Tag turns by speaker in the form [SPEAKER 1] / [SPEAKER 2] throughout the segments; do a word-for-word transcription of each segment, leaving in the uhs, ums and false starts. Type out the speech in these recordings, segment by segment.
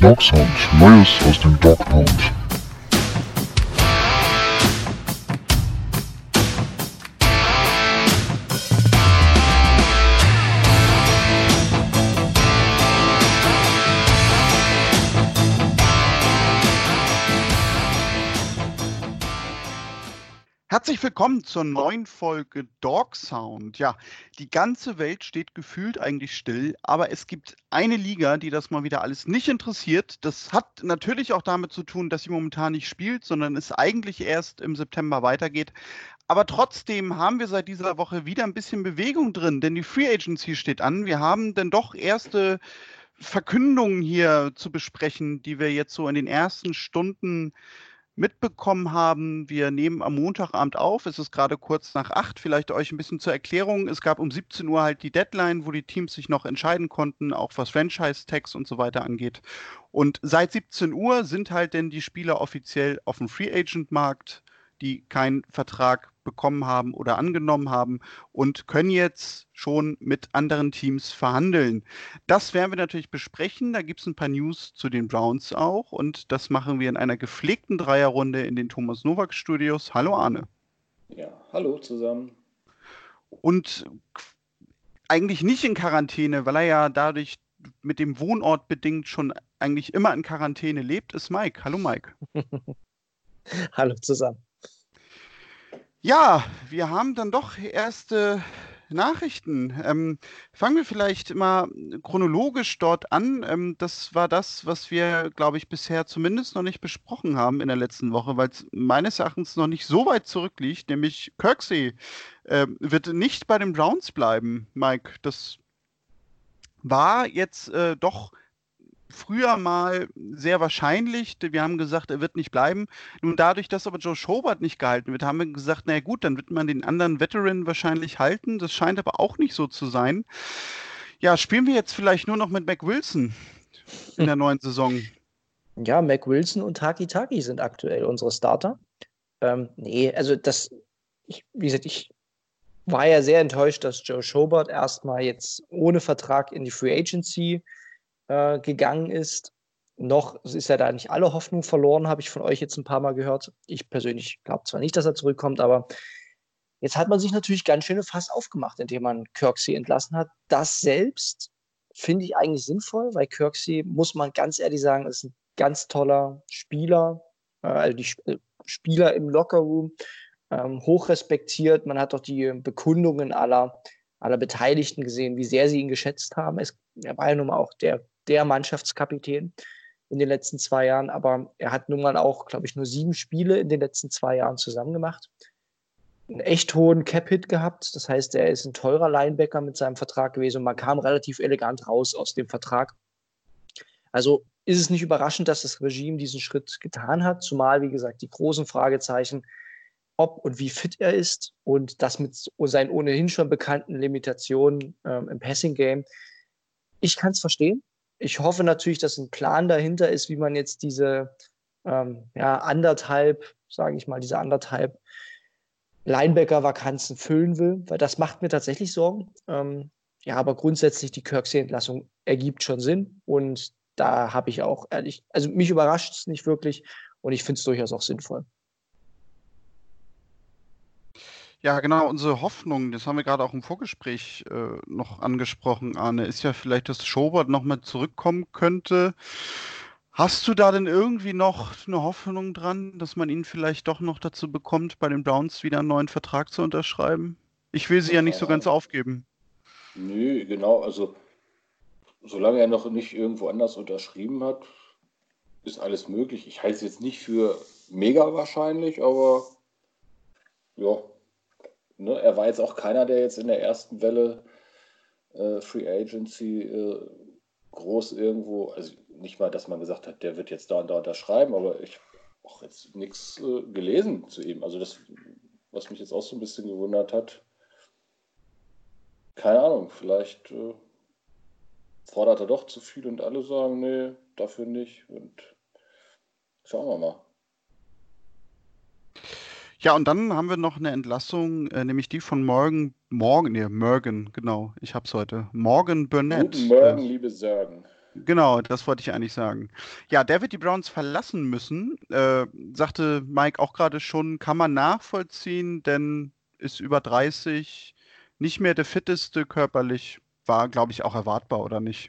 [SPEAKER 1] Dog Sound, Neues aus dem Dog Pound.
[SPEAKER 2] Herzlich willkommen zur neuen Folge Dog Sound. Ja, die ganze Welt steht gefühlt eigentlich still, aber es gibt eine Liga, die das mal wieder alles nicht interessiert. Das hat natürlich auch damit zu tun, dass sie momentan nicht spielt, sondern es eigentlich erst im September weitergeht. Aber trotzdem haben wir seit dieser Woche wieder ein bisschen Bewegung drin, denn die Free Agency steht an. Wir haben denn doch erste Verkündungen hier zu besprechen, die wir jetzt so in den ersten Stunden mitbekommen haben. Wir nehmen am Montagabend auf, es ist gerade kurz nach acht, vielleicht euch ein bisschen zur Erklärung. Es gab um siebzehn Uhr halt die Deadline, wo die Teams sich noch entscheiden konnten, auch was Franchise-Tags und so weiter angeht. Und seit siebzehn Uhr sind halt denn die Spieler offiziell auf dem Free-Agent-Markt, die keinen Vertrag bekommen haben oder angenommen haben und können jetzt schon mit anderen Teams verhandeln. Das werden wir natürlich besprechen. Da gibt es ein paar News zu den Browns auch und das machen wir in einer gepflegten Dreierrunde in den Thomas Nowak Studios. Hallo Arne.
[SPEAKER 3] Ja, hallo zusammen.
[SPEAKER 2] Und eigentlich nicht in Quarantäne, weil er ja dadurch mit dem Wohnort bedingt schon eigentlich immer in Quarantäne lebt, ist Mike. Hallo Mike.
[SPEAKER 4] Hallo zusammen.
[SPEAKER 2] Ja, wir haben dann doch erste Nachrichten. Ähm, fangen wir vielleicht mal chronologisch dort an. Ähm, das war das, was wir, glaube ich, bisher zumindest noch nicht besprochen haben in der letzten Woche, weil es meines Erachtens noch nicht so weit zurückliegt, nämlich Kirksey äh, wird nicht bei den Browns bleiben, Mike. Das war jetzt äh, doch früher mal sehr wahrscheinlich. Wir haben gesagt, er wird nicht bleiben. Nun dadurch, dass aber Joe Schobert nicht gehalten wird, haben wir gesagt, naja gut, dann wird man den anderen Veteran wahrscheinlich halten. Das scheint aber auch nicht so zu sein. Ja, spielen wir jetzt vielleicht nur noch mit Mac Wilson in der neuen Saison?
[SPEAKER 4] Ja, Mac Wilson und Taki Taki sind aktuell unsere Starter. Ähm, nee, also das, ich, wie gesagt, ich war ja sehr enttäuscht, dass Joe Schobert erstmal jetzt ohne Vertrag in die Free Agency äh, gegangen ist. Noch ist ja da nicht alle Hoffnung verloren, habe ich von euch jetzt ein paar Mal gehört. Ich persönlich glaube zwar nicht, dass er zurückkommt, aber jetzt hat man sich natürlich ganz schön Fass aufgemacht, indem man Kirksey entlassen hat. Das selbst finde ich eigentlich sinnvoll, weil Kirksey, muss man ganz ehrlich sagen, ist ein ganz toller Spieler, äh, also die Sp- Spieler im Lockerroom, ähm, hoch respektiert. Man hat doch die Bekundungen aller, aller Beteiligten gesehen, wie sehr sie ihn geschätzt haben. Es, er war ja nun mal auch der, der Mannschaftskapitän in den letzten zwei Jahren, aber er hat nun mal auch, glaube ich, nur sieben Spiele in den letzten zwei Jahren zusammen gemacht. Einen echt hohen Cap-Hit gehabt. Das heißt, er ist ein teurer Linebacker mit seinem Vertrag gewesen und man kam relativ elegant raus aus dem Vertrag. Also ist es nicht überraschend, dass das Regime diesen Schritt getan hat, zumal, wie gesagt, die großen Fragezeichen, ob und wie fit er ist und das mit seinen ohnehin schon bekannten Limitationen ähm, im Passing-Game. Ich kann es verstehen. Ich hoffe natürlich, dass ein Plan dahinter ist, wie man jetzt diese ähm, ja, anderthalb, sage ich mal, diese anderthalb Linebacker-Vakanzen füllen will, weil das macht mir tatsächlich Sorgen. Ähm, ja, aber grundsätzlich die Kirksey-Entlassung ergibt schon Sinn und da habe ich auch ehrlich, also mich überrascht es nicht wirklich und ich finde es durchaus auch sinnvoll.
[SPEAKER 2] Ja, genau, unsere Hoffnung, das haben wir gerade auch im Vorgespräch äh, noch angesprochen, Arne, ist ja vielleicht, dass Schobert nochmal zurückkommen könnte. Hast du da denn irgendwie noch eine Hoffnung dran, dass man ihn vielleicht doch noch dazu bekommt, bei den Browns wieder einen neuen Vertrag zu unterschreiben? Ich will sie ja nicht so ganz aufgeben.
[SPEAKER 3] Nö, genau, also solange er noch nicht irgendwo anders unterschrieben hat, ist alles möglich. Ich halte es jetzt nicht für mega wahrscheinlich, aber ja, ne, er war jetzt auch keiner, der jetzt in der ersten Welle äh, Free Agency äh, groß irgendwo, also nicht mal, dass man gesagt hat, der wird jetzt da und da unterschreiben, aber ich habe auch jetzt nichts äh, gelesen zu ihm. Also das, was mich jetzt auch so ein bisschen gewundert hat, keine Ahnung, vielleicht äh, fordert er doch zu viel und alle sagen, nee, dafür nicht und schauen wir mal.
[SPEAKER 2] Ja, und dann haben wir noch eine Entlassung, äh, nämlich die von Morgan, Morgan, nee, Morgan, genau, ich hab's heute. Morgan Burnett.
[SPEAKER 3] Guten Morgen, äh, liebe Sörgen.
[SPEAKER 2] Genau, das wollte ich eigentlich sagen. Ja, der wird die Browns verlassen müssen, äh, sagte Mike auch gerade schon, kann man nachvollziehen, denn ist über dreißig, nicht mehr der fitteste körperlich, war, glaube ich, auch erwartbar, oder nicht?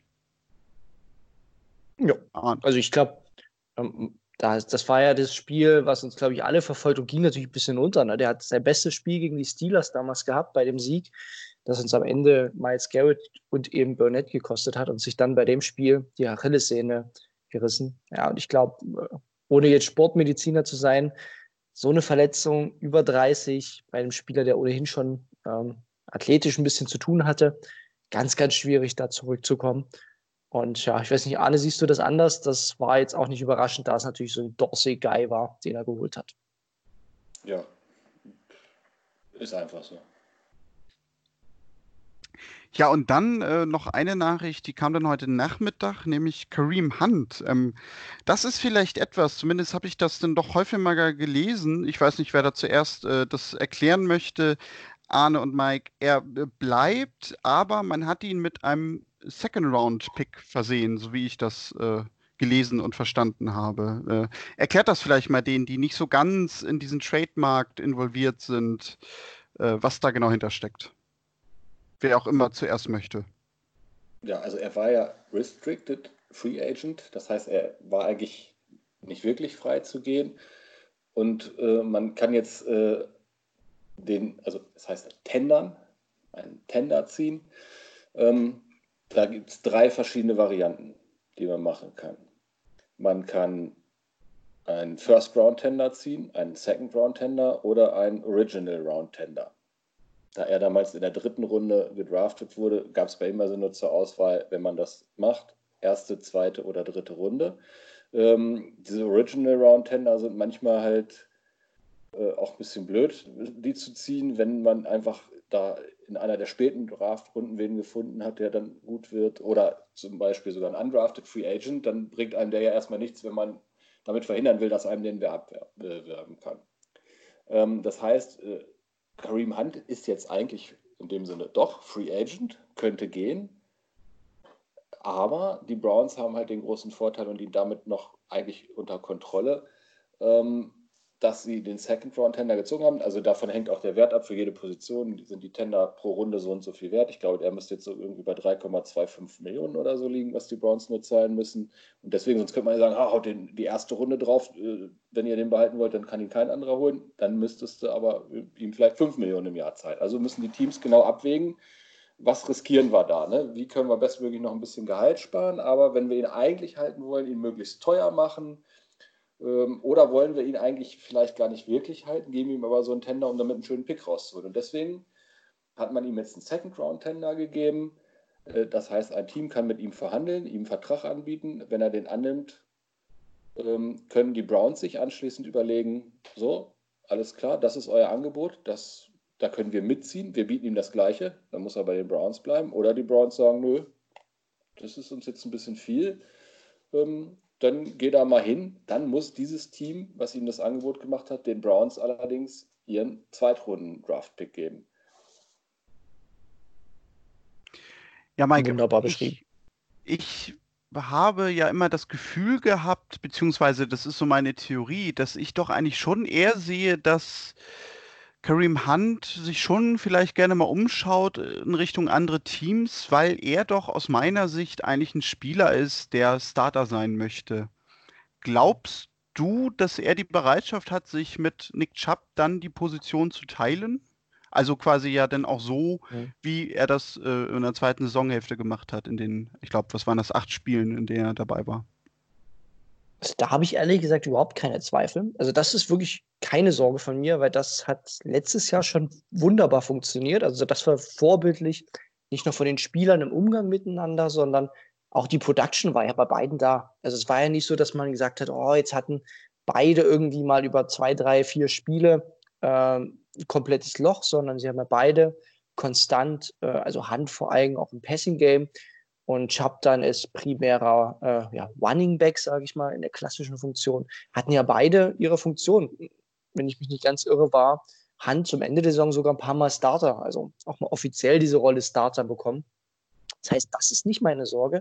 [SPEAKER 4] Ja,
[SPEAKER 2] Ah,
[SPEAKER 4] also ich glaube, ähm, das, das war ja das Spiel, was uns, glaube ich, alle verfolgt und ging natürlich ein bisschen unter. Ne? Der hat sein bestes Spiel gegen die Steelers damals gehabt bei dem Sieg, das uns am Ende Myles Garrett und eben Burnett gekostet hat und sich dann bei dem Spiel die Achillessehne gerissen. Ja, und ich glaube, ohne jetzt Sportmediziner zu sein, so eine Verletzung über dreißig bei einem Spieler, der ohnehin schon ähm, athletisch ein bisschen zu tun hatte, ganz, ganz schwierig, da zurückzukommen. Und ja, ich weiß nicht, Arne, siehst du das anders? Das war jetzt auch nicht überraschend, da es natürlich so ein Dorsey-Guy war, den er geholt hat.
[SPEAKER 3] Ja, ist einfach so.
[SPEAKER 2] Ja, und dann äh, noch eine Nachricht, die kam dann heute Nachmittag, nämlich Kareem Hunt. Ähm, das ist vielleicht etwas, zumindest habe ich das dann doch häufig mal gelesen. Ich weiß nicht, wer da zuerst äh, das erklären möchte. Arne und Mike, er äh, bleibt, aber man hat ihn mit einem Second-Round-Pick versehen, so wie ich das äh, gelesen und verstanden habe. Äh, erklärt das vielleicht mal denen, die nicht so ganz in diesen Trademarkt involviert sind, äh, was da genau hintersteckt. Wer auch immer zuerst möchte.
[SPEAKER 3] Ja, also er war ja Restricted Free Agent, das heißt, er war eigentlich nicht wirklich frei zu gehen. Und äh, man kann jetzt äh, den, also das heißt Tendern, einen Tender ziehen. Ähm, da gibt es drei verschiedene Varianten, die man machen kann. Man kann einen First Round Tender ziehen, einen Second Round Tender oder einen Original Round Tender. Da er damals in der dritten Runde gedraftet wurde, gab es bei ihm also nur zur Auswahl, wenn man das macht, erste, zweite oder dritte Runde. Ähm, diese Original Round Tender sind manchmal halt äh, auch ein bisschen blöd, die zu ziehen, wenn man einfach da in einer der späten Draftrunden wen gefunden hat, der dann gut wird, oder zum Beispiel sogar ein Undrafted Free Agent, dann bringt einem der ja erstmal nichts, wenn man damit verhindern will, dass einem den wer abwerben kann. Ähm, das heißt, äh, Kareem Hunt ist jetzt eigentlich in dem Sinne doch Free Agent, könnte gehen, aber die Browns haben halt den großen Vorteil und ihn damit noch eigentlich unter Kontrolle, ähm, dass sie den Second Round Tender gezogen haben. Also davon hängt auch der Wert ab für jede Position. Sind die Tender pro Runde so und so viel wert? Ich glaube, er müsste jetzt so irgendwie bei drei Komma fünfundzwanzig Millionen oder so liegen, was die Browns nur zahlen müssen. Und deswegen, sonst könnte man ja sagen, ah, haut den, die erste Runde drauf, wenn ihr den behalten wollt, dann kann ihn kein anderer holen. Dann müsstest du aber ihm vielleicht fünf Millionen im Jahr zahlen. Also müssen die Teams genau abwägen, was riskieren wir da? Ne? Wie können wir bestmöglich noch ein bisschen Gehalt sparen? Aber wenn wir ihn eigentlich halten wollen, ihn möglichst teuer machen, oder wollen wir ihn eigentlich vielleicht gar nicht wirklich halten, geben ihm aber so einen Tender, um damit einen schönen Pick rauszuholen. Und deswegen hat man ihm jetzt einen Second-Round-Tender gegeben. Das heißt, ein Team kann mit ihm verhandeln, ihm einen Vertrag anbieten. Wenn er den annimmt, können die Browns sich anschließend überlegen, so, alles klar, das ist euer Angebot, das, da können wir mitziehen, wir bieten ihm das Gleiche, dann muss er bei den Browns bleiben. Oder die Browns sagen, nö, das ist uns jetzt ein bisschen viel, dann geh da mal hin. Dann muss dieses Team, was ihm das Angebot gemacht hat, den Browns allerdings ihren Zweitrunden-Draft-Pick geben.
[SPEAKER 2] Ja, Mike,
[SPEAKER 4] Wunderbar beschrieben.
[SPEAKER 2] Ich, ich habe ja immer das Gefühl gehabt, beziehungsweise das ist so meine Theorie, dass ich doch eigentlich schon eher sehe, dass Kareem Hunt sich schon vielleicht gerne mal umschaut in Richtung andere Teams, weil er doch aus meiner Sicht eigentlich ein Spieler ist, der Starter sein möchte. Glaubst du, dass er die Bereitschaft hat, sich mit Nick Chubb dann die Position zu teilen? Also quasi ja dann auch so,
[SPEAKER 4] Mhm.
[SPEAKER 2] wie er das äh, in der zweiten Saisonhälfte gemacht hat, in den, ich glaube, was waren das, acht Spielen, in denen er dabei war.
[SPEAKER 4] Also da habe ich ehrlich gesagt überhaupt keine Zweifel. Also das ist wirklich keine Sorge von mir, weil das hat letztes Jahr schon wunderbar funktioniert. Also das war vorbildlich, nicht nur von den Spielern im Umgang miteinander, sondern auch die Production war ja bei beiden da. Also es war ja nicht so, dass man gesagt hat, oh, jetzt hatten beide irgendwie mal über zwei, drei, vier Spiele ähm, ein komplettes Loch, sondern sie haben ja beide konstant, äh, also Hand vor allem auch im Passing-Game, und Chubb dann ist primärer äh, ja, Running Back, sage ich mal, in der klassischen Funktion. Hatten ja beide ihre Funktion. Wenn ich mich nicht ganz irre, war Hunt zum Ende der Saison sogar ein paar Mal Starter, also auch mal offiziell diese Rolle Starter bekommen. Das heißt, das ist nicht meine Sorge.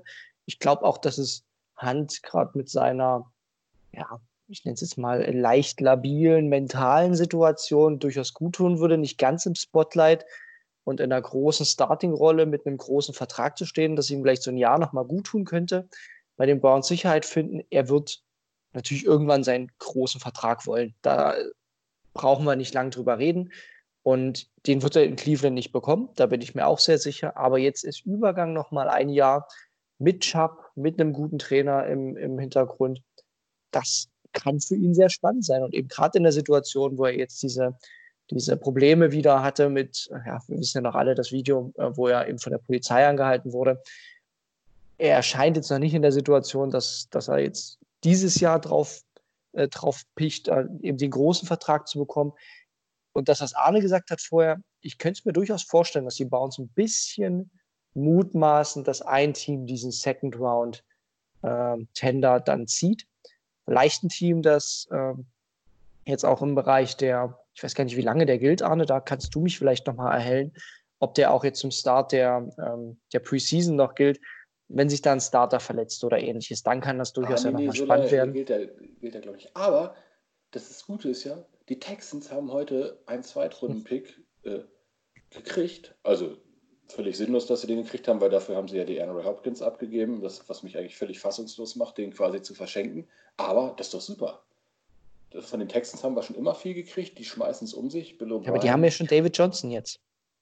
[SPEAKER 4] ich glaube auch, dass es Hunt gerade mit seiner, ja, ich nenne es jetzt mal leicht labilen mentalen Situation durchaus gut tun würde, nicht ganz im Spotlight und in einer großen Starting-Rolle mit einem großen Vertrag zu stehen, dass ihm vielleicht so ein Jahr nochmal gut tun könnte. Bei den Browns Sicherheit finden, er wird natürlich irgendwann seinen großen Vertrag wollen. Da brauchen wir nicht lange drüber reden. Und den wird er in Cleveland nicht bekommen, da bin ich mir auch sehr sicher. Aber jetzt ist Übergang nochmal ein Jahr mit Chubb, mit einem guten Trainer im, im Hintergrund. Das kann für ihn sehr spannend sein. Und eben gerade in der Situation, wo er jetzt diese, diese Probleme wieder hatte mit, ja, wir wissen ja noch alle das Video, wo er eben von der Polizei angehalten wurde. Er erscheint jetzt noch nicht in der Situation, dass, dass er jetzt dieses Jahr drauf, äh, drauf picht, äh, eben den großen Vertrag zu bekommen. Und das, was Arne gesagt hat vorher, ich könnte es mir durchaus vorstellen, dass die Browns ein bisschen mutmaßen, dass ein Team diesen Second Round äh, Tender dann zieht. Vielleicht ein Team, das äh, jetzt auch im Bereich der, ich weiß gar nicht, wie lange der gilt, Arne, da kannst du mich vielleicht nochmal erhellen, ob der auch jetzt zum Start der, ähm, der Preseason noch gilt, wenn sich da ein Starter verletzt oder ähnliches, dann kann das durchaus
[SPEAKER 3] ah,
[SPEAKER 4] ja
[SPEAKER 3] nee,
[SPEAKER 4] nochmal
[SPEAKER 3] nee, so
[SPEAKER 4] spannend
[SPEAKER 3] lange
[SPEAKER 4] werden.
[SPEAKER 3] gilt der, gilt der, glaube ich. Aber das ist Gute ist ja, die Texans haben heute einen Zweitrunden-Pick äh, gekriegt. Also völlig sinnlos, dass sie den gekriegt haben, weil dafür haben sie ja die Andrew Hopkins abgegeben, das, was mich eigentlich völlig fassungslos macht, den quasi zu verschenken. Aber das ist doch super. Das, von den Texans haben wir schon immer viel gekriegt, die schmeißen es um sich. Bill
[SPEAKER 4] Ja, aber die haben ja schon David Johnson jetzt.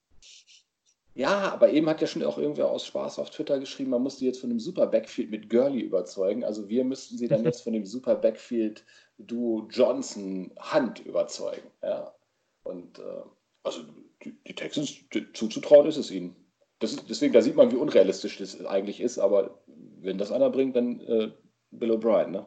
[SPEAKER 3] Ja, aber eben hat ja schon auch irgendwer aus Spaß auf Twitter geschrieben, man muss die jetzt von dem Super Backfield mit Gurley überzeugen. Also wir müssten sie dann jetzt von dem Super Backfield Duo Johnson Hunt überzeugen. Ja. Und äh, also die, die Texans zuzutrauen ist es ihnen. Das ist, deswegen, da sieht man, wie unrealistisch das eigentlich ist, aber wenn das einer bringt, dann äh, Bill O'Brien, ne?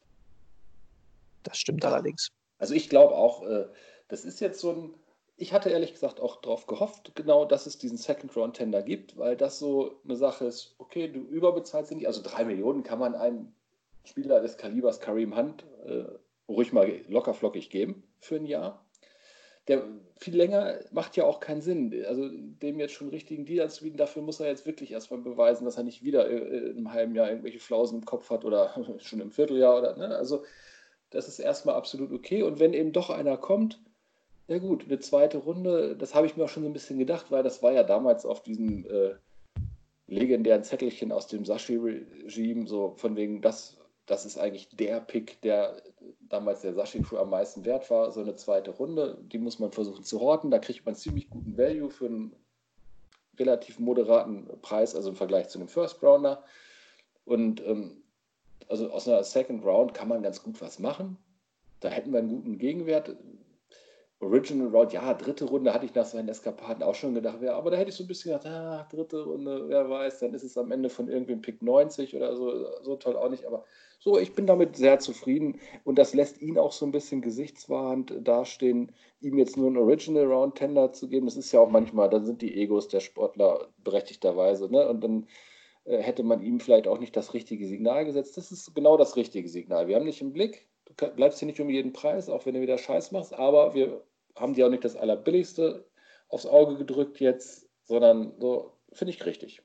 [SPEAKER 4] Das stimmt allerdings.
[SPEAKER 3] Also ich glaube auch, äh, das ist jetzt so ein, ich hatte ehrlich gesagt auch darauf gehofft, genau, dass es diesen Second-Round-Tender gibt, weil das so eine Sache ist, okay, du überbezahlst ihn nicht, also drei Millionen kann man einem Spieler des Kalibers Kareem Hunt äh, ruhig mal lockerflockig geben für ein Jahr. Der viel länger macht ja auch keinen Sinn, also dem jetzt schon einen richtigen Deal anzubieten, dafür muss er jetzt wirklich erstmal beweisen, dass er nicht wieder in einem halben Jahr irgendwelche Flausen im Kopf hat oder schon im Vierteljahr oder, ne, also das ist erstmal absolut okay und wenn eben doch einer kommt, ja gut, eine zweite Runde, das habe ich mir auch schon so ein bisschen gedacht, weil das war ja damals auf diesem äh, legendären Zettelchen aus dem Sashi-Regime, so von wegen, das, das ist eigentlich der Pick, der damals der Sashi-Crew am meisten wert war, so eine zweite Runde, die muss man versuchen zu horten, da kriegt man ziemlich guten Value für einen relativ moderaten Preis, also im Vergleich zu einem First-Rounder und ähm, also aus einer Second Round kann man ganz gut was machen, da hätten wir einen guten Gegenwert. Original Round, ja, dritte Runde hatte ich nach seinen Eskapaden auch schon gedacht, ja, aber da hätte ich so ein bisschen gedacht, ah, dritte Runde, wer weiß, dann ist es am Ende von irgendwem Pick neunzig oder so, so toll auch nicht, aber so, ich bin damit sehr zufrieden und das lässt ihn auch so ein bisschen gesichtswahrend dastehen, ihm jetzt nur einen Original Round Tender zu geben, das ist ja auch manchmal, dann sind die Egos der Sportler berechtigterweise, ne, und dann äh, hätte man ihm vielleicht auch nicht das richtige Signal gesetzt, das ist genau das richtige Signal, wir haben dich im Blick, du bleibst hier nicht um jeden Preis, auch wenn du wieder Scheiß machst, aber wir haben dir auch nicht das Allerbilligste aufs Auge gedrückt jetzt, sondern so, finde ich richtig.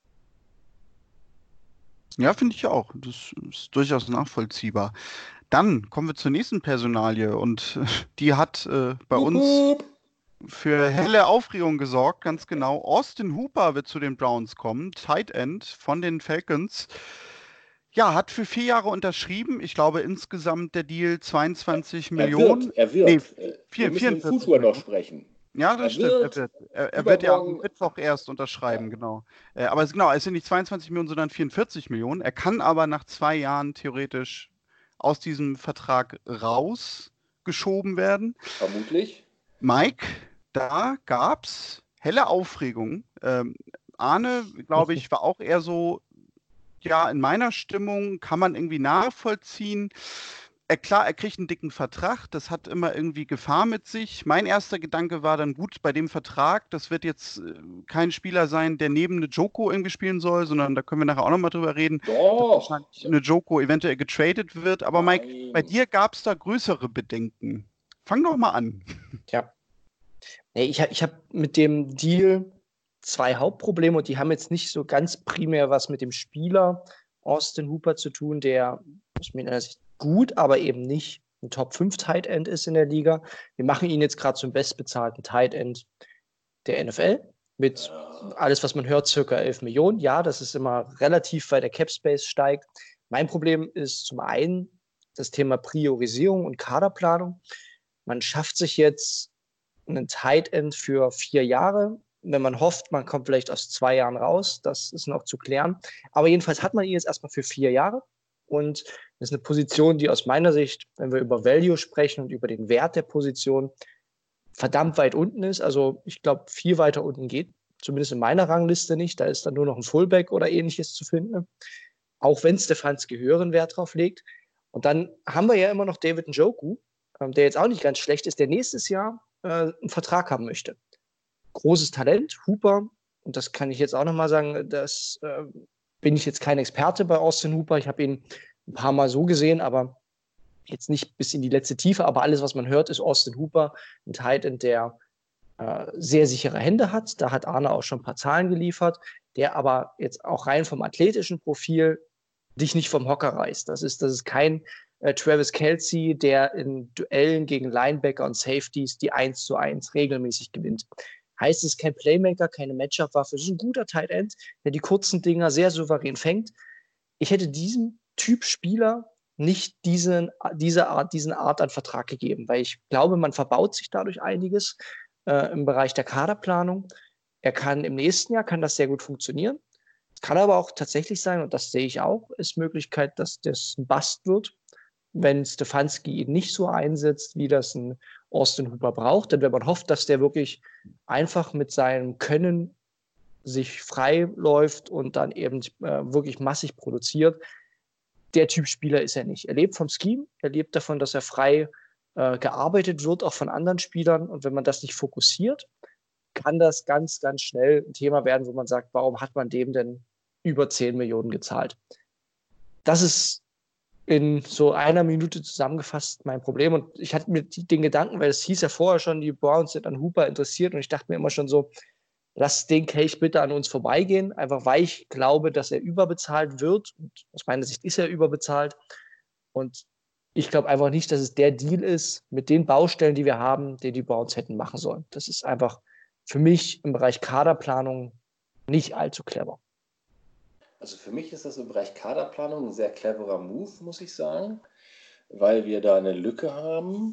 [SPEAKER 2] Ja, finde ich auch. Das ist durchaus nachvollziehbar. Dann kommen wir zur nächsten Personalie und äh, die hat äh, bei uns für helle Aufregung gesorgt, ganz genau. Austin Hooper wird zu den Browns kommen, Tight End von den Falcons. Ja, hat für vier Jahre unterschrieben. Ich glaube insgesamt der Deal zweiundzwanzig Millionen.
[SPEAKER 3] Er wird, er wird.
[SPEAKER 2] Nee,
[SPEAKER 3] wir
[SPEAKER 2] vier,
[SPEAKER 3] müssen im
[SPEAKER 2] vierundvierzig
[SPEAKER 3] Futur noch
[SPEAKER 2] Millionen.
[SPEAKER 3] sprechen.
[SPEAKER 2] Ja, das
[SPEAKER 3] Er
[SPEAKER 2] stimmt.
[SPEAKER 3] wird
[SPEAKER 2] Er wird, er, er wird ja am
[SPEAKER 3] übermorgen-
[SPEAKER 2] Mittwoch erst unterschreiben,
[SPEAKER 3] Ja.
[SPEAKER 2] genau. Äh, aber es, genau, es sind nicht zweiundzwanzig Millionen, sondern vierundvierzig Millionen. Er kann aber nach zwei Jahren theoretisch aus diesem Vertrag rausgeschoben werden.
[SPEAKER 3] Vermutlich.
[SPEAKER 2] Mike, da gab es helle Aufregung. Ähm, Arne, glaube ich, war auch eher so, ja, in meiner Stimmung kann man irgendwie nachvollziehen. Er, klar, er kriegt einen dicken Vertrag, das hat immer irgendwie Gefahr mit sich. Mein erster Gedanke war dann, gut, bei dem Vertrag, das wird jetzt äh, kein Spieler sein, der neben eine Joko irgendwie spielen soll, sondern da können wir nachher auch nochmal drüber reden, dass
[SPEAKER 3] Doch.
[SPEAKER 2] wahrscheinlich eine Joko eventuell getradet wird. Aber Mike,
[SPEAKER 3] Nein.
[SPEAKER 2] bei dir gab es da größere Bedenken. Fang doch mal an.
[SPEAKER 4] Ja. Nee, ich ich habe mit dem Deal zwei Hauptprobleme und die haben jetzt nicht so ganz primär was mit dem Spieler Austin Hooper zu tun, der aus meiner Sicht gut, aber eben nicht ein Top fünf Tight End ist in der Liga. Wir machen ihn jetzt gerade zum bestbezahlten Tight End der N F L mit alles, was man hört, circa elf Millionen. Ja, das ist immer relativ, weil der Cap Space steigt. Mein Problem ist zum einen das Thema Priorisierung und Kaderplanung. Man schafft sich jetzt einen Tight End für vier Jahre. Wenn man hofft, man kommt vielleicht aus zwei Jahren raus, das ist noch zu klären. Aber jedenfalls hat man ihn jetzt erstmal für vier Jahre. Und das ist eine Position, die aus meiner Sicht, wenn wir über Value sprechen und über den Wert der Position, verdammt weit unten ist. Also ich glaube, viel weiter unten geht, zumindest in meiner Rangliste nicht. Da ist dann nur noch ein Fullback oder ähnliches zu finden. Auch wenn Stefanski höheren Wert drauf legt. Und dann haben wir ja immer noch David Njoku, ähm, der jetzt auch nicht ganz schlecht ist, der nächstes Jahr äh, einen Vertrag haben möchte. Großes Talent, Hooper. Und das kann ich jetzt auch nochmal sagen, das äh, bin ich jetzt kein Experte bei Austin Hooper. Ich habe ihn ein paar Mal so gesehen, aber jetzt nicht bis in die letzte Tiefe. Aber alles, was man hört, ist Austin Hooper, ein Tight End, der äh, sehr sichere Hände hat. Da hat Arne auch schon ein paar Zahlen geliefert, der aber jetzt auch rein vom athletischen Profil dich nicht vom Hocker reißt. Das ist, das ist kein äh, Travis Kelce, der in Duellen gegen Linebacker und Safeties die eins zu eins regelmäßig gewinnt. Heißt, es ist kein Playmaker, keine Matchup-Waffe. Es ist ein guter Tight End, der die kurzen Dinger sehr souverän fängt. Ich hätte diesem Typ Spieler nicht diesen, diese Art, diesen Art an Vertrag gegeben, weil ich glaube, man verbaut sich dadurch einiges äh, im Bereich der Kaderplanung. Er kann im nächsten Jahr, kann das sehr gut funktionieren. Es kann aber auch tatsächlich sein, und das sehe ich auch, ist Möglichkeit, dass das ein Bust wird, wenn Stefanski ihn nicht so einsetzt, wie das ein Austin Hooper braucht. Denn wenn man hofft, dass der wirklich einfach mit seinem Können sich frei läuft und dann eben äh, wirklich massig produziert, der Typ Spieler ist er nicht. Er lebt vom Scheme, er lebt davon, dass er frei äh, gearbeitet wird, auch von anderen Spielern. Und wenn man das nicht fokussiert, kann das ganz, ganz schnell ein Thema werden, wo man sagt, warum hat man dem denn über zehn Millionen gezahlt? Das ist in so einer Minute zusammengefasst mein Problem. Und ich hatte mir den Gedanken, weil es hieß ja vorher schon, die Browns sind an Hooper interessiert. Und ich dachte mir immer schon so, lass den Case bitte an uns vorbeigehen. Einfach weil ich glaube, dass er überbezahlt wird. Und aus meiner Sicht ist er überbezahlt. Und ich glaube einfach nicht, dass es der Deal ist mit den Baustellen, die wir haben, den die Browns hätten machen sollen. Das ist einfach für mich im Bereich Kaderplanung nicht allzu clever.
[SPEAKER 3] Also für mich ist das im Bereich Kaderplanung ein sehr cleverer Move, muss ich sagen, weil wir da eine Lücke haben.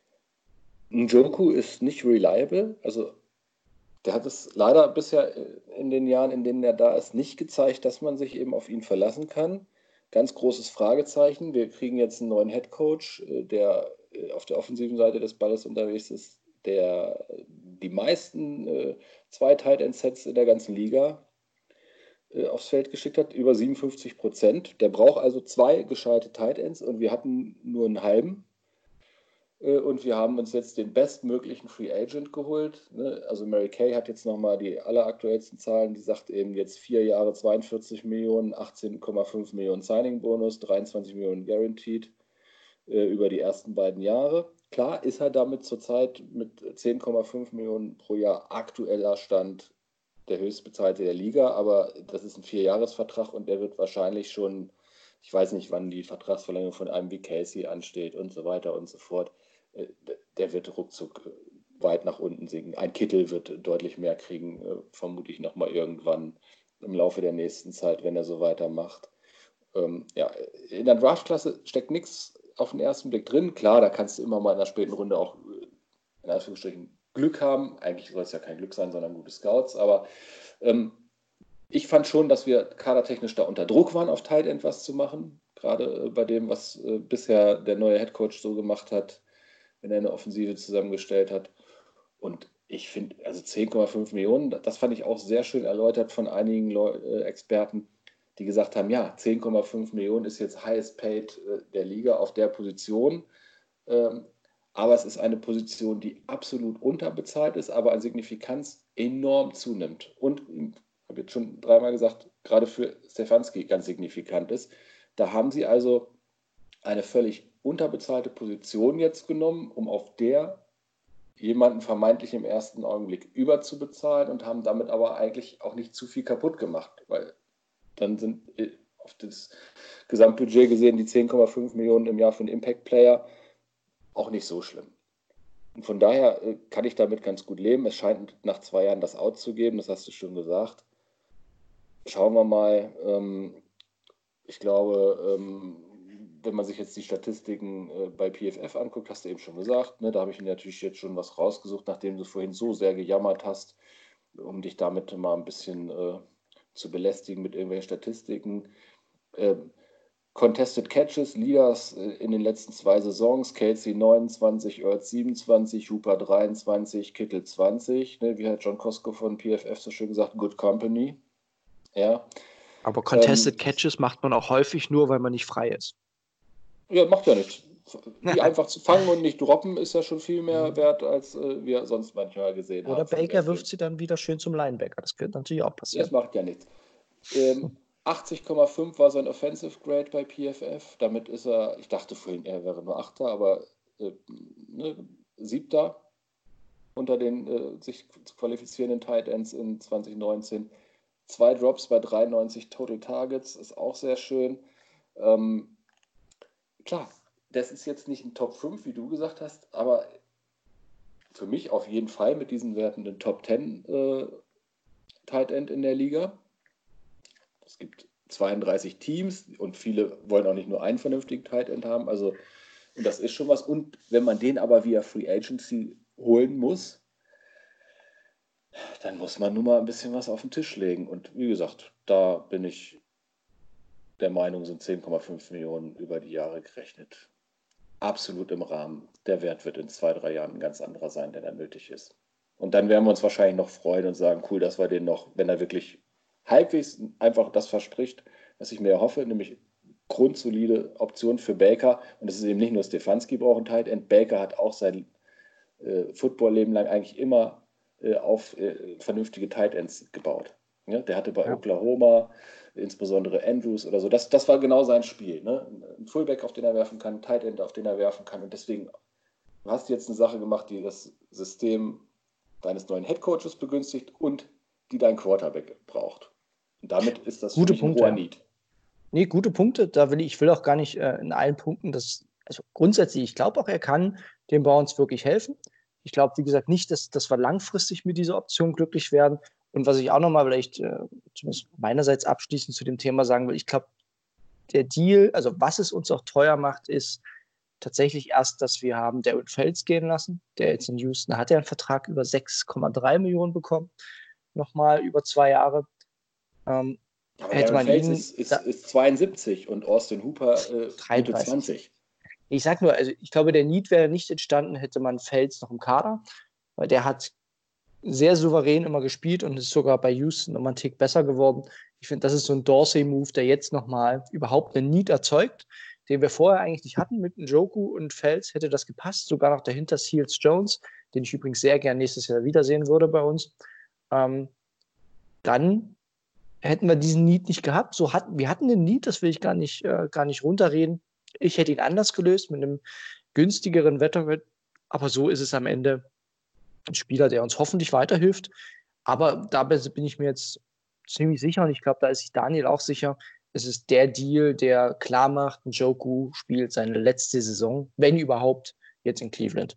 [SPEAKER 3] Njoku ist nicht reliable, also der hat es leider bisher in den Jahren, in denen er da ist, nicht gezeigt, dass man sich eben auf ihn verlassen kann. Ganz großes Fragezeichen. Wir kriegen jetzt einen neuen Headcoach, der auf der offensiven Seite des Balles unterwegs ist, der die meisten äh, zwei Tight End Sets in der ganzen Liga äh, aufs Feld geschickt hat, über siebenundfünfzig Prozent. Der braucht also zwei gescheite Tight Ends und wir hatten nur einen halben. Äh, und wir haben uns jetzt den bestmöglichen Free Agent geholt. Ne? Also Mary Kay hat jetzt nochmal die alleraktuellsten Zahlen. Die sagt eben jetzt vier Jahre zweiundvierzig Millionen, achtzehn Komma fünf Millionen Signing-Bonus, dreiundzwanzig Millionen Guaranteed äh, über die ersten beiden Jahre. Klar ist er damit zurzeit mit zehn Komma fünf Millionen pro Jahr aktueller Stand der höchstbezahlte der Liga, aber das ist ein Vierjahresvertrag und der wird wahrscheinlich schon, ich weiß nicht, wann die Vertragsverlängerung von einem wie Casey ansteht und so weiter und so fort, der wird ruckzuck weit nach unten sinken. Ein Kittel wird deutlich mehr kriegen, vermutlich nochmal irgendwann im Laufe der nächsten Zeit, wenn er so weitermacht. Ähm, ja, in der Draftklasse steckt nichts auf den ersten Blick drin. Klar, da kannst du immer mal in der späten Runde auch in Anführungsstrichen Glück haben. Eigentlich soll es ja kein Glück sein, sondern gute Scouts. Aber ähm, ich fand schon, dass wir kadertechnisch da unter Druck waren, auf Tight End was zu machen. Gerade äh, bei dem, was äh, bisher der neue Headcoach so gemacht hat, wenn er eine Offensive zusammengestellt hat. Und ich finde, also zehn Komma fünf Millionen, das fand ich auch sehr schön erläutert von einigen Leu- äh, Experten, die gesagt haben, ja, zehn Komma fünf Millionen ist jetzt highest paid äh, der Liga auf der Position. Ähm, aber es ist eine Position, die absolut unterbezahlt ist, aber an Signifikanz enorm zunimmt. Und, ich habe jetzt schon dreimal gesagt, gerade für Stefanski ganz signifikant ist. Da haben sie also eine völlig unterbezahlte Position jetzt genommen, um auf der jemanden vermeintlich im ersten Augenblick überzubezahlen und haben damit aber eigentlich auch nicht zu viel kaputt gemacht, weil dann sind auf das Gesamtbudget gesehen die zehn Komma fünf Millionen im Jahr für einen Impact-Player auch nicht so schlimm. Und von daher äh, kann ich damit ganz gut leben. Es scheint nach zwei Jahren das Out zu geben, das hast du schon gesagt. Schauen wir mal. Ähm, ich glaube, ähm, wenn man sich jetzt die Statistiken äh, bei P F F anguckt, hast du eben schon gesagt, ne, da habe ich natürlich jetzt schon was rausgesucht, nachdem du vorhin so sehr gejammert hast, um dich damit mal ein bisschen äh, zu belästigen mit irgendwelchen Statistiken. Ähm, Contested Catches, Leaders äh, in den letzten zwei Saisons, Kelsey neunundzwanzig, Ertz siebenundzwanzig, Hooper dreiundzwanzig, Kittle zwanzig, ne, wie hat John Costco von P F F so schön gesagt, Good Company. Ja.
[SPEAKER 4] Aber Contested
[SPEAKER 3] Ähm,
[SPEAKER 4] Catches macht man auch häufig nur, weil man nicht frei ist.
[SPEAKER 3] Ja, macht ja nichts. Die einfach zu fangen und nicht droppen, ist ja schon viel mehr wert, als äh, wir sonst manchmal gesehen haben.
[SPEAKER 4] Oder
[SPEAKER 3] von
[SPEAKER 4] Baker
[SPEAKER 3] Baker.
[SPEAKER 4] wirft sie dann wieder schön zum Linebacker. Das könnte natürlich auch passieren.
[SPEAKER 3] Das macht ja nichts. Ähm, achtzig Komma fünf war sein Offensive Grade bei P F F. Damit ist er, ich dachte vorhin, er wäre nur Achter, aber äh, ne, Siebter unter den äh, sich zu qualifizierenden Tight Ends in zwanzig neunzehn. Zwei Drops bei dreiundneunzig Total Targets, ist auch sehr schön. Ähm, klar, das ist jetzt nicht ein Top fünf, wie du gesagt hast, aber für mich auf jeden Fall mit diesen Werten ein Top zehn äh, Tight End in der Liga. Es gibt zweiunddreißig Teams und viele wollen auch nicht nur einen vernünftigen Tight End haben. Also, und das ist schon was. Und wenn man den aber via Free Agency holen muss, dann muss man nur mal ein bisschen was auf den Tisch legen. Und wie gesagt, da bin ich der Meinung, sind zehn Komma fünf Millionen über die Jahre gerechnet absolut im Rahmen. Der Wert wird in zwei, drei Jahren ein ganz anderer sein, der da nötig ist. Und dann werden wir uns wahrscheinlich noch freuen und sagen, cool, dass wir den noch, wenn er wirklich halbwegs einfach das verspricht, was ich mir erhoffe, nämlich grundsolide Option für Baker. Und es ist eben nicht nur Stefanski braucht ein Tight End. Baker hat auch sein äh, Football-Leben lang eigentlich immer äh, auf äh, vernünftige Tight Ends gebaut. Ja, der hatte bei
[SPEAKER 4] Ja.
[SPEAKER 3] Oklahoma insbesondere Andrews oder so. Das, das war genau sein Spiel. Ne? Ein Fullback, auf den er werfen kann, ein Tight End, auf den er werfen kann. Und deswegen, du hast jetzt eine Sache gemacht, die das System deines neuen Headcoaches begünstigt und die dein Quarterback braucht. Und damit ist das
[SPEAKER 4] Gute
[SPEAKER 3] für mich
[SPEAKER 4] Punkte,
[SPEAKER 3] ein hoher
[SPEAKER 4] ja.
[SPEAKER 3] Need.
[SPEAKER 4] Nee, gute Punkte. Da will ich, ich will auch gar nicht äh, in allen Punkten, das, also grundsätzlich, ich glaube auch, er kann den Browns wirklich helfen. Ich glaube, wie gesagt, nicht, dass, dass wir langfristig mit dieser Option glücklich werden. Und was ich auch nochmal vielleicht, äh, zumindest meinerseits abschließend zu dem Thema sagen will, ich glaube, der Deal, also was es uns auch teuer macht, ist tatsächlich erst, dass wir haben Darren Fells gehen lassen. Der jetzt in Houston hat ja einen Vertrag über sechs Komma drei Millionen bekommen. Nochmal über zwei Jahre. Ähm,
[SPEAKER 3] Aber
[SPEAKER 4] hätte
[SPEAKER 3] Darren
[SPEAKER 4] man
[SPEAKER 3] Fells
[SPEAKER 4] ihn
[SPEAKER 3] ist, ist,
[SPEAKER 4] da-
[SPEAKER 3] ist zweiundsiebzig und Austin Hooper äh, Mitte
[SPEAKER 4] dreiunddreißig.
[SPEAKER 3] zwanzig.
[SPEAKER 4] Ich sag nur, also ich glaube, der Need wäre nicht entstanden, hätte man Felds noch im Kader, weil der hat sehr souverän immer gespielt und ist sogar bei Houston nochmal einen Tick besser geworden. Ich finde, das ist so ein Dorsey-Move, der jetzt nochmal überhaupt einen Need erzeugt, den wir vorher eigentlich nicht hatten. Mit Njoku und Felds hätte das gepasst, sogar noch dahinter Seals Jones, den ich übrigens sehr gern nächstes Jahr wiedersehen würde bei uns. Ähm, dann hätten wir diesen Need nicht gehabt. So hatten, wir hatten den Need, das will ich gar nicht, äh, gar nicht runterreden. Ich hätte ihn anders gelöst, mit einem günstigeren Veteran. Aber so ist es am Ende ein Spieler, der uns hoffentlich weiterhilft. Aber dabei bin ich mir jetzt ziemlich sicher und ich glaube, da ist sich Daniel auch sicher, es ist der Deal, der klar macht, Njoku spielt seine letzte Saison, wenn überhaupt, jetzt in Cleveland.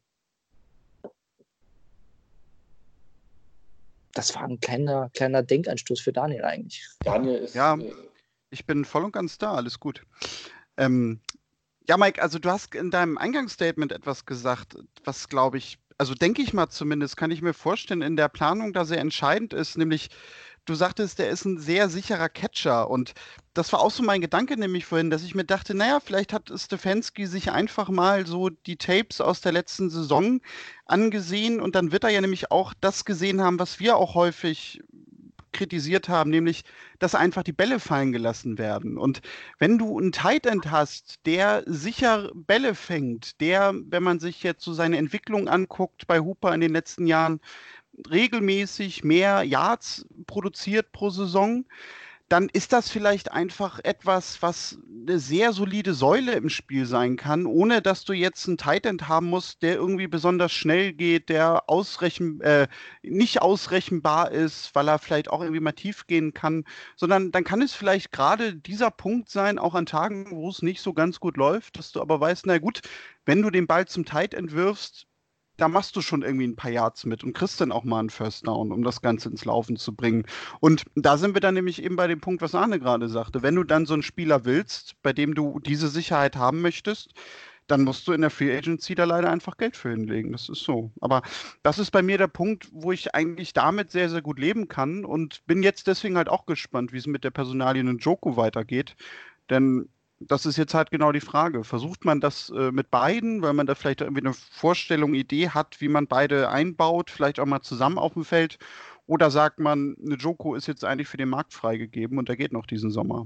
[SPEAKER 4] Das war ein kleiner, kleiner Denkanstoß für Daniel eigentlich.
[SPEAKER 3] Daniel ist.
[SPEAKER 2] Ja.
[SPEAKER 3] Äh,
[SPEAKER 2] Ich bin voll und ganz da, alles gut. Ähm, ja, Mike, also du hast in deinem Eingangsstatement etwas gesagt, was glaube ich, also denke ich mal zumindest, kann ich mir vorstellen, in der Planung da sehr entscheidend ist, nämlich du sagtest, der ist ein sehr sicherer Catcher und das war auch so mein Gedanke nämlich vorhin, dass ich mir dachte, naja, vielleicht hat Stefanski sich einfach mal so die Tapes aus der letzten Saison angesehen und dann wird er ja nämlich auch das gesehen haben, was wir auch häufig kritisiert haben, nämlich, dass einfach die Bälle fallen gelassen werden. Und wenn du einen Tight End hast, der sicher Bälle fängt, der, wenn man sich jetzt so seine Entwicklung anguckt bei Hooper in den letzten Jahren, regelmäßig mehr Yards produziert pro Saison, dann ist das vielleicht einfach etwas, was eine sehr solide Säule im Spiel sein kann, ohne dass du jetzt einen Tight End haben musst, der irgendwie besonders schnell geht, der ausrechen, äh, nicht ausrechenbar ist, weil er vielleicht auch irgendwie mal tief gehen kann, sondern dann kann es vielleicht gerade dieser Punkt sein, auch an Tagen, wo es nicht so ganz gut läuft, dass du aber weißt, na gut, wenn du den Ball zum Tight End wirfst, da machst du schon irgendwie ein paar Yards mit und kriegst dann auch mal einen First Down, um das Ganze ins Laufen zu bringen. Und da sind wir dann nämlich eben bei dem Punkt, was Arne gerade sagte. Wenn du dann so einen Spieler willst, bei dem du diese Sicherheit haben möchtest, dann musst du in der Free Agency da leider einfach Geld für hinlegen. Das ist so. Aber das ist bei mir der Punkt, wo ich eigentlich damit sehr, sehr gut leben kann und bin jetzt deswegen halt auch gespannt, wie es mit der Personalie Njoku weitergeht. Denn das ist jetzt halt genau die Frage. Versucht man das äh, mit beiden, weil man da vielleicht irgendwie eine Vorstellung, Idee hat, wie man beide einbaut, vielleicht auch mal zusammen auf dem Feld? Oder sagt man, Njoku ist jetzt eigentlich für den Markt freigegeben und der geht noch diesen Sommer?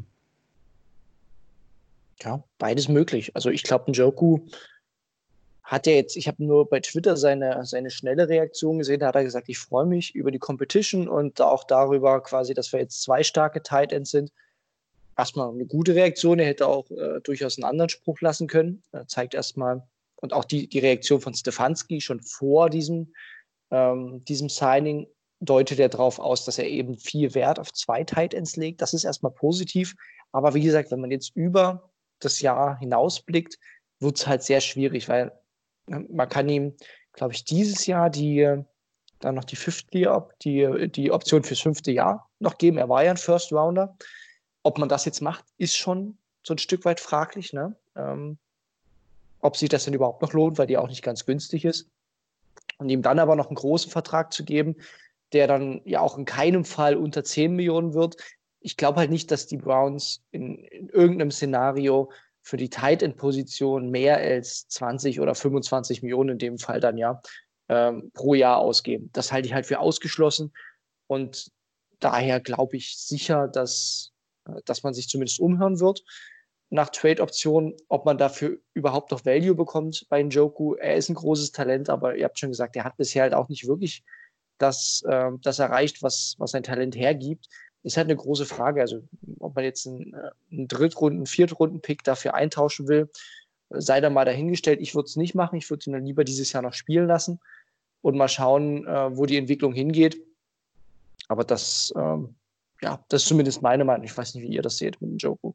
[SPEAKER 4] Ja, beides möglich. Also ich glaube, Njoku hat ja jetzt, ich habe nur bei Twitter seine, seine schnelle Reaktion gesehen, da hat er gesagt, ich freue mich über die Competition und auch darüber quasi, dass wir jetzt zwei starke Tight Ends sind. Erstmal eine gute Reaktion, er hätte auch äh, durchaus einen anderen Spruch lassen können. Er zeigt erstmal, und auch die, die Reaktion von Stefanski schon vor diesem, ähm, diesem Signing deutet er darauf aus, dass er eben viel Wert auf zwei Tight Ends legt. Das ist erstmal positiv. Aber wie gesagt, wenn man jetzt über das Jahr hinausblickt, wird es halt sehr schwierig, weil man kann ihm, glaube ich, dieses Jahr die dann noch die fünfte Jahr, die, die Option fürs fünfte Jahr noch geben. Er war ja ein First Rounder. Ob man das jetzt macht, ist schon so ein Stück weit fraglich, ne? Ähm, ob sich das denn überhaupt noch lohnt, weil die auch nicht ganz günstig ist. Und ihm dann aber noch einen großen Vertrag zu geben, der dann ja auch in keinem Fall unter zehn Millionen wird. Ich glaube halt nicht, dass die Browns in, in irgendeinem Szenario für die Tight End Position mehr als zwanzig oder fünfundzwanzig Millionen in dem Fall dann ja ähm, pro Jahr ausgeben. Das halte ich halt für ausgeschlossen und daher glaube ich sicher, dass, dass man sich zumindest umhören wird nach Trade-Optionen, ob man dafür überhaupt noch Value bekommt bei Njoku. Er ist ein großes Talent, aber ihr habt schon gesagt, er hat bisher halt auch nicht wirklich das, äh, das erreicht, was, was sein Talent hergibt. Ist halt eine große Frage. Also, ob man jetzt einen, einen Drittrunden-, Viertrunden-Pick dafür eintauschen will, sei da mal dahingestellt. Ich würde es nicht machen. Ich würde ihn dann lieber dieses Jahr noch spielen lassen und mal schauen, äh, wo die Entwicklung hingeht. Aber das, ähm, ja, das ist zumindest meine Meinung. Ich weiß nicht, wie ihr das seht mit Njoku.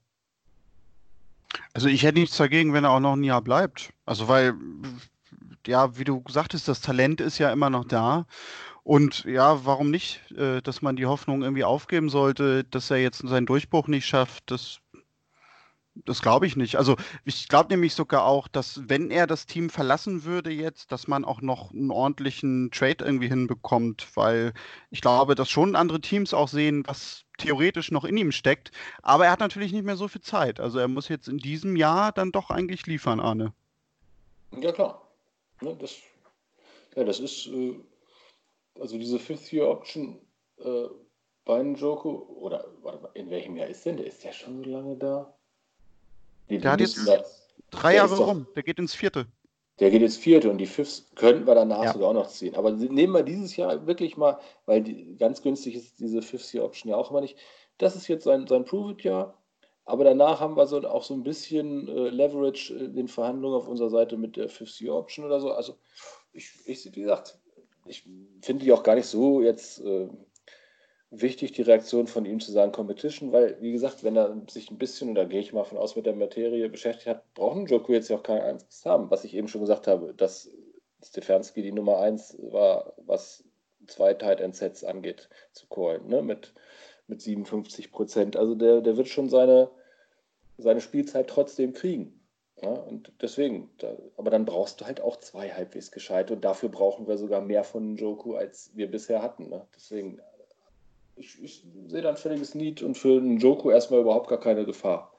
[SPEAKER 2] Also ich hätte nichts dagegen, wenn er auch noch ein Jahr bleibt. Also weil, ja, wie du sagtest, das Talent ist ja immer noch da. Und ja, warum nicht, äh, dass man die Hoffnung irgendwie aufgeben sollte, dass er jetzt seinen Durchbruch nicht schafft, das, das glaube ich nicht. Also ich glaube nämlich sogar auch, dass wenn er das Team verlassen würde jetzt, dass man auch noch einen ordentlichen Trade irgendwie hinbekommt, weil ich glaube, dass schon andere Teams auch sehen, was theoretisch noch in ihm steckt. Aber er hat natürlich nicht mehr so viel Zeit. Also er muss jetzt in diesem Jahr dann doch eigentlich liefern, Arne.
[SPEAKER 3] Ja, klar. Ne, das, ja, das ist, äh, also diese Fifth-Year-Option äh, bei Njoku, oder warte mal, in welchem Jahr ist denn? Der ist ja schon so lange da. Die, die
[SPEAKER 2] Der hat jetzt
[SPEAKER 3] müssen da,
[SPEAKER 2] drei
[SPEAKER 3] der
[SPEAKER 2] Jahre
[SPEAKER 3] ist doch,
[SPEAKER 2] rum, der geht ins vierte.
[SPEAKER 3] der geht jetzt vierte und die Fifths könnten wir danach
[SPEAKER 4] Ja.
[SPEAKER 3] sogar auch noch ziehen. Aber nehmen wir dieses Jahr wirklich mal, weil die, ganz günstig ist diese Fifth-Year-Option ja auch immer nicht. Das ist jetzt sein, sein Prove-It-Jahr. Aber danach haben wir so auch so ein bisschen äh, Leverage in den Verhandlungen auf unserer Seite mit der Fifth-Year-Option oder so. Also ich, ich wie gesagt, ich finde die auch gar nicht so jetzt äh, wichtig, die Reaktion von ihm zu sagen Competition, weil, wie gesagt, wenn er sich ein bisschen, und da gehe ich mal von aus, mit der Materie beschäftigt hat, braucht Njoku jetzt ja auch keine Angst haben. Was ich eben schon gesagt habe, dass Stefanski die Nummer eins war, was zwei Tight End Sets angeht, zu callen, ne? mit, mit siebenundfünfzig Prozent. Also der, der wird schon seine, seine Spielzeit trotzdem kriegen. Ja? Und deswegen, da, aber dann brauchst du halt auch zwei halbwegs gescheite und dafür brauchen wir sogar mehr von Njoku, als wir bisher hatten. Ne? Deswegen, ich, ich sehe da ein völliges Need und für Njoku erstmal überhaupt gar keine Gefahr.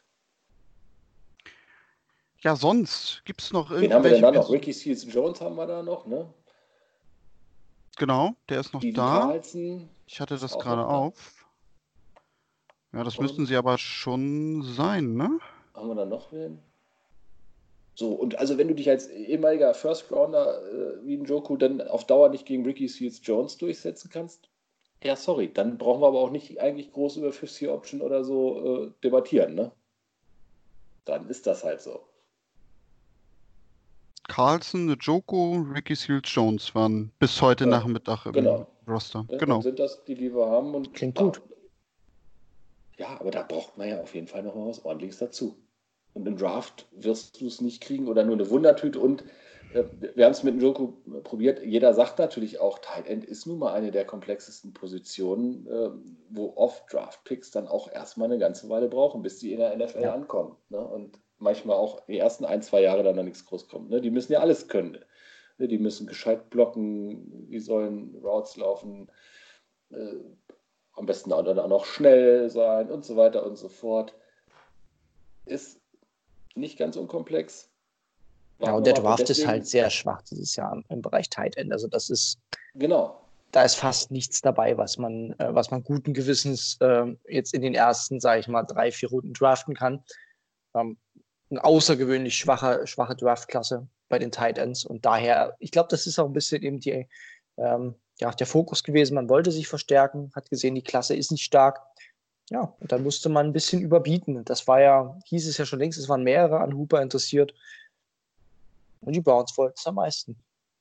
[SPEAKER 2] Ja, sonst gibt es noch
[SPEAKER 3] Wen haben wir denn
[SPEAKER 2] irgendwelche
[SPEAKER 3] da noch?
[SPEAKER 2] Personen?
[SPEAKER 3] Ricky Seals-Jones haben wir da noch, ne?
[SPEAKER 2] Genau, der ist noch
[SPEAKER 3] Steven
[SPEAKER 2] da.
[SPEAKER 3] Carlson
[SPEAKER 2] Ich hatte
[SPEAKER 3] ist
[SPEAKER 2] das
[SPEAKER 3] auch
[SPEAKER 2] gerade
[SPEAKER 3] noch da.
[SPEAKER 2] auf. Ja, das
[SPEAKER 3] Und
[SPEAKER 2] müssten sie aber schon sein, ne?
[SPEAKER 3] haben wir da noch wen? So, und also wenn du dich als ehemaliger First Rounder äh, wie Njoku dann auf Dauer nicht gegen Ricky Seals-Jones durchsetzen kannst, Ja, sorry, dann brauchen wir aber auch nicht eigentlich groß über Fifth-Year-Option oder so äh, debattieren, ne? Dann ist das halt so.
[SPEAKER 2] Carlson, Njoku, Ricky Seals-Jones waren bis heute
[SPEAKER 3] Ja,
[SPEAKER 2] Nachmittag im
[SPEAKER 3] genau.
[SPEAKER 2] Roster.
[SPEAKER 3] Ja, dann
[SPEAKER 2] Genau.
[SPEAKER 3] sind das die, die wir haben. Und
[SPEAKER 4] Klingt gut.
[SPEAKER 3] Ja, aber da braucht man ja auf jeden Fall noch mal was Ordentliches dazu. Und im Draft wirst du es nicht kriegen oder nur eine Wundertüte. Und äh, wir haben es mit Njoku probiert. Jeder sagt natürlich auch, Tight End ist nun mal eine der komplexesten Positionen, äh, wo Off-Draft-Picks dann auch erstmal eine ganze Weile brauchen, bis die in der N F L
[SPEAKER 4] Ja.
[SPEAKER 3] ankommen. Ne? Und manchmal auch die ersten ein, zwei Jahre dann noch nichts groß kommt. Ne? Die müssen ja alles können. Ne? Die müssen gescheit blocken, die sollen Routes laufen, äh, am besten auch noch schnell sein und so weiter und so fort. Ist nicht ganz unkomplex.
[SPEAKER 4] Ja,
[SPEAKER 3] Warten
[SPEAKER 4] und
[SPEAKER 3] wir
[SPEAKER 4] der
[SPEAKER 3] mal ab.
[SPEAKER 4] Draft ist
[SPEAKER 3] Deswegen-
[SPEAKER 4] halt sehr schwach dieses Jahr im Bereich Tight End. Also das ist,
[SPEAKER 3] Genau.
[SPEAKER 4] da ist fast nichts dabei, was man, äh, was man guten Gewissens äh, jetzt in den ersten, sage ich mal, drei, vier Runden draften kann. Ähm, eine außergewöhnlich schwache, schwache Draftklasse bei den Tight Ends. Und daher, ich glaube, das ist auch ein bisschen eben die, ähm, ja, der Fokus gewesen. Man wollte sich verstärken, hat gesehen, die Klasse ist nicht stark. Ja, und dann musste man ein bisschen überbieten. Und das war ja, hieß es ja schon längst, es waren mehrere an Hooper interessiert. Und die Browns wollten es am meisten.